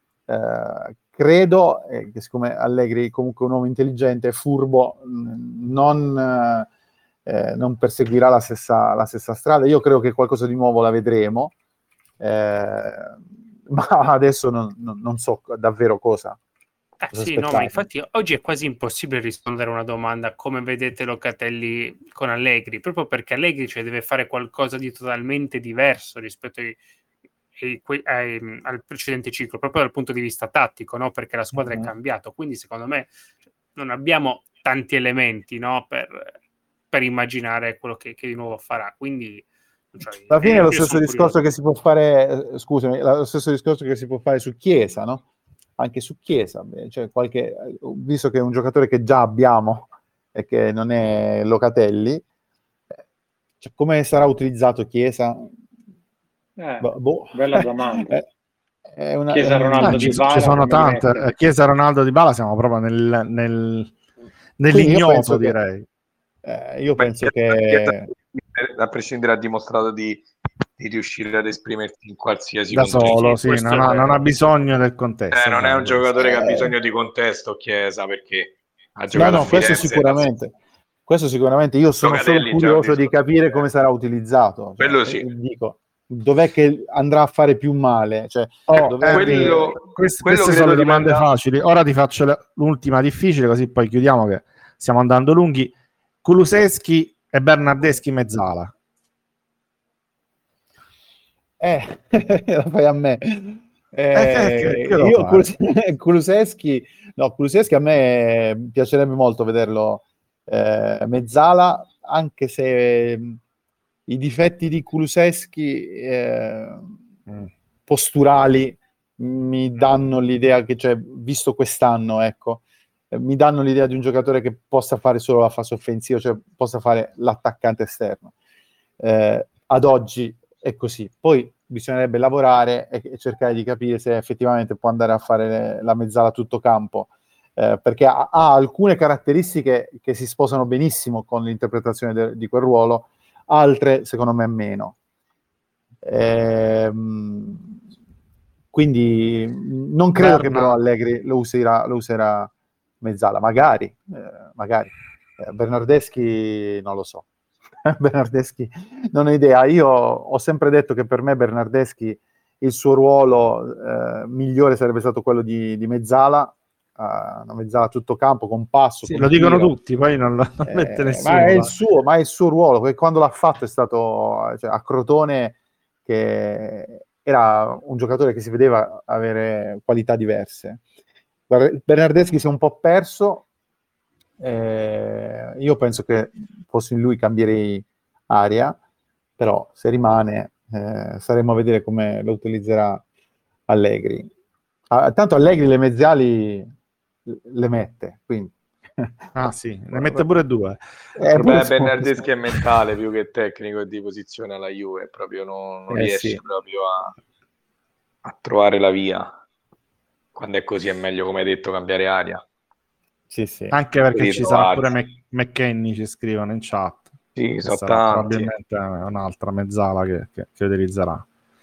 eh, credo eh, che siccome Allegri comunque è un uomo intelligente e furbo, mh, non, eh, non perseguirà la stessa, la stessa strada. Io credo che qualcosa di nuovo la vedremo, eh, ma adesso non, non, non so davvero cosa. Eh, cosa sì, no, ma aspettare. infatti oggi è quasi impossibile rispondere a una domanda come vedete Locatelli con Allegri, proprio perché Allegri cioè, deve fare qualcosa di totalmente diverso rispetto ai, ai, que- ai- al precedente ciclo, proprio dal punto di vista tattico, no? Perché la squadra Mhm. è cambiata, quindi secondo me non abbiamo tanti elementi, no? per, per immaginare quello che, che di nuovo farà, quindi cioè, Alla fine è io lo sono stesso discorso curioso. che si può fare, eh, scusami, lo stesso discorso che si può fare su Chiesa, no? Anche su Chiesa, beh, cioè qualche, visto che è un giocatore che già abbiamo e che non è Locatelli, eh, cioè, come sarà utilizzato Chiesa? Eh, Boh, boh. bella domanda. È- è una- Chiesa, è un- Ronaldo, Eh, ci, Dybala, ci sono come li tante. metti? Eh, Chiesa, Ronaldo, Dybala, siamo proprio nel, nel, Quindi io nell'ignoto, penso che- direi. eh, io Beh, penso Chiesa- che Chiesa, a prescindere, ha dimostrato di, di riuscire ad esprimersi in qualsiasi Da contesto. solo, sì, sì, questo non è ha, vero. non ha bisogno del contesto. Eh, non è un esatto. giocatore che ha Eh. bisogno di contesto, Chiesa, perché Ha giocato no, no, questo sicuramente. Questo sicuramente. Io sono solo curioso di capire come sarà utilizzato. Cioè, quello sì. Dico, dov'è che andrà a fare più male? Cioè, oh, eh, quello, che... queste, quello queste sono le domande diventa... facili. Ora ti faccio l'ultima difficile, così poi chiudiamo che stiamo andando lunghi. Kulusevski e Bernardeschi mezzala. Eh, la fai a me. Eh, eh, io Kulusevski, no, Kulusevski a me piacerebbe molto vederlo eh, mezzala, anche se i difetti di Kulusevski eh, mm. posturali mi danno l'idea che, cioè, visto quest'anno, ecco, eh, mi danno l'idea di un giocatore che possa fare solo la fase offensiva, cioè possa fare l'attaccante esterno. Eh, ad oggi è così. Poi bisognerebbe lavorare e cercare di capire se effettivamente può andare a fare la mezzala a tutto campo, eh, perché ha, ha alcune caratteristiche che si sposano benissimo con l'interpretazione de, di quel ruolo, altre secondo me meno. Ehm, quindi non credo Berna. che però Allegri lo userà, lo userà mezzala, magari, eh, magari. Eh, Bernardeschi non lo so. Bernardeschi non ho idea. Io ho sempre detto che per me Bernardeschi il suo ruolo eh, migliore sarebbe stato quello di, di mezzala, uh, una mezzala a tutto campo con passo, sì, con lo tiro. Dicono tutti, poi non lo eh, mette nessuno, ma è il suo, ma è il suo ruolo, perché quando l'ha fatto è stato, cioè, a Crotone, che era un giocatore che si vedeva avere qualità diverse. Bernardeschi si è un po' perso. Eh, io penso che fossi in lui cambierei aria, però se rimane eh, saremo a vedere come lo utilizzerà Allegri. Ah, tanto Allegri le mezzali le mette, quindi ah sì, ne mette pure due. Eh, Beh, Bernardeschi è mentale più che tecnico e di posizione alla Juve, proprio non, non eh, riesce sì. proprio a, a trovare la via. Quando è così è meglio, come hai detto, cambiare aria. Sì, sì. Anche perché ci sarà pure Mc- McKennie, ci scrivono in chat. Sì, sono tanti. Probabilmente un'altra mezzala che, che, che utilizzerà.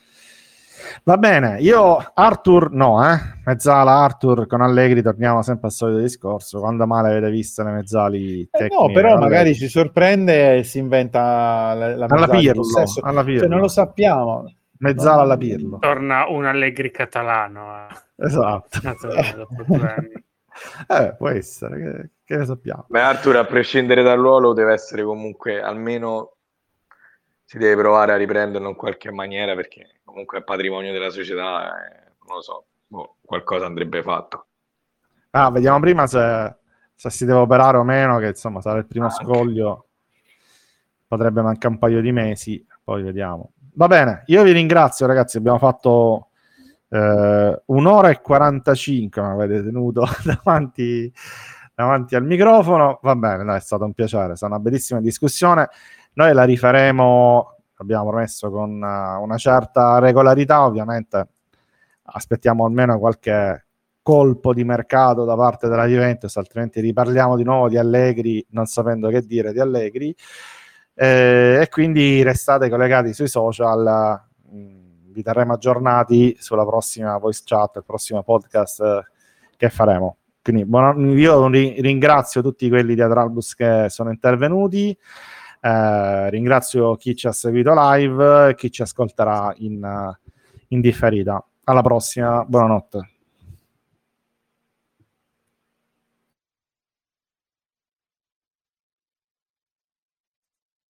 Va bene, io Arthur no, eh? mezzala Arthur con Allegri, torniamo sempre al solito discorso. Quando mai avete visto le mezzali tecniche? Eh no, però magari ci sorprende e si inventa la, la alla Pirlo, sesso, alla Pirlo. Cioè, non lo sappiamo. Mezzala alla Pirlo. Torna un Allegri catalano. Eh. Esatto. Dopo due anni. Eh, può essere, che, che ne sappiamo. Beh, Arthur, a prescindere dal ruolo, deve essere comunque, almeno si deve provare a riprenderlo in qualche maniera, perché comunque è patrimonio della società, eh, non lo so, boh, qualcosa andrebbe fatto. Ah, vediamo prima se, se si deve operare o meno, che insomma sarà il primo scoglio, potrebbe mancare un paio di mesi, poi vediamo. Va bene, io vi ringrazio ragazzi, abbiamo fatto Uh, un'ora e quarantacinque mi avete tenuto davanti, davanti al microfono. Va bene, no, è stato un piacere, è stata una bellissima discussione. Noi la rifaremo, abbiamo promesso, con uh, una certa regolarità. Ovviamente aspettiamo almeno qualche colpo di mercato da parte della Juventus, altrimenti riparliamo di nuovo di Allegri non sapendo che dire di Allegri, eh, e quindi restate collegati sui social. Mh, vi terremo aggiornati sulla prossima voice chat, il prossimo podcast eh, che faremo. Quindi buona, io ringrazio tutti quelli di Adralbus che sono intervenuti, eh, ringrazio chi ci ha seguito live e chi ci ascolterà in, in differita. Alla prossima, buonanotte.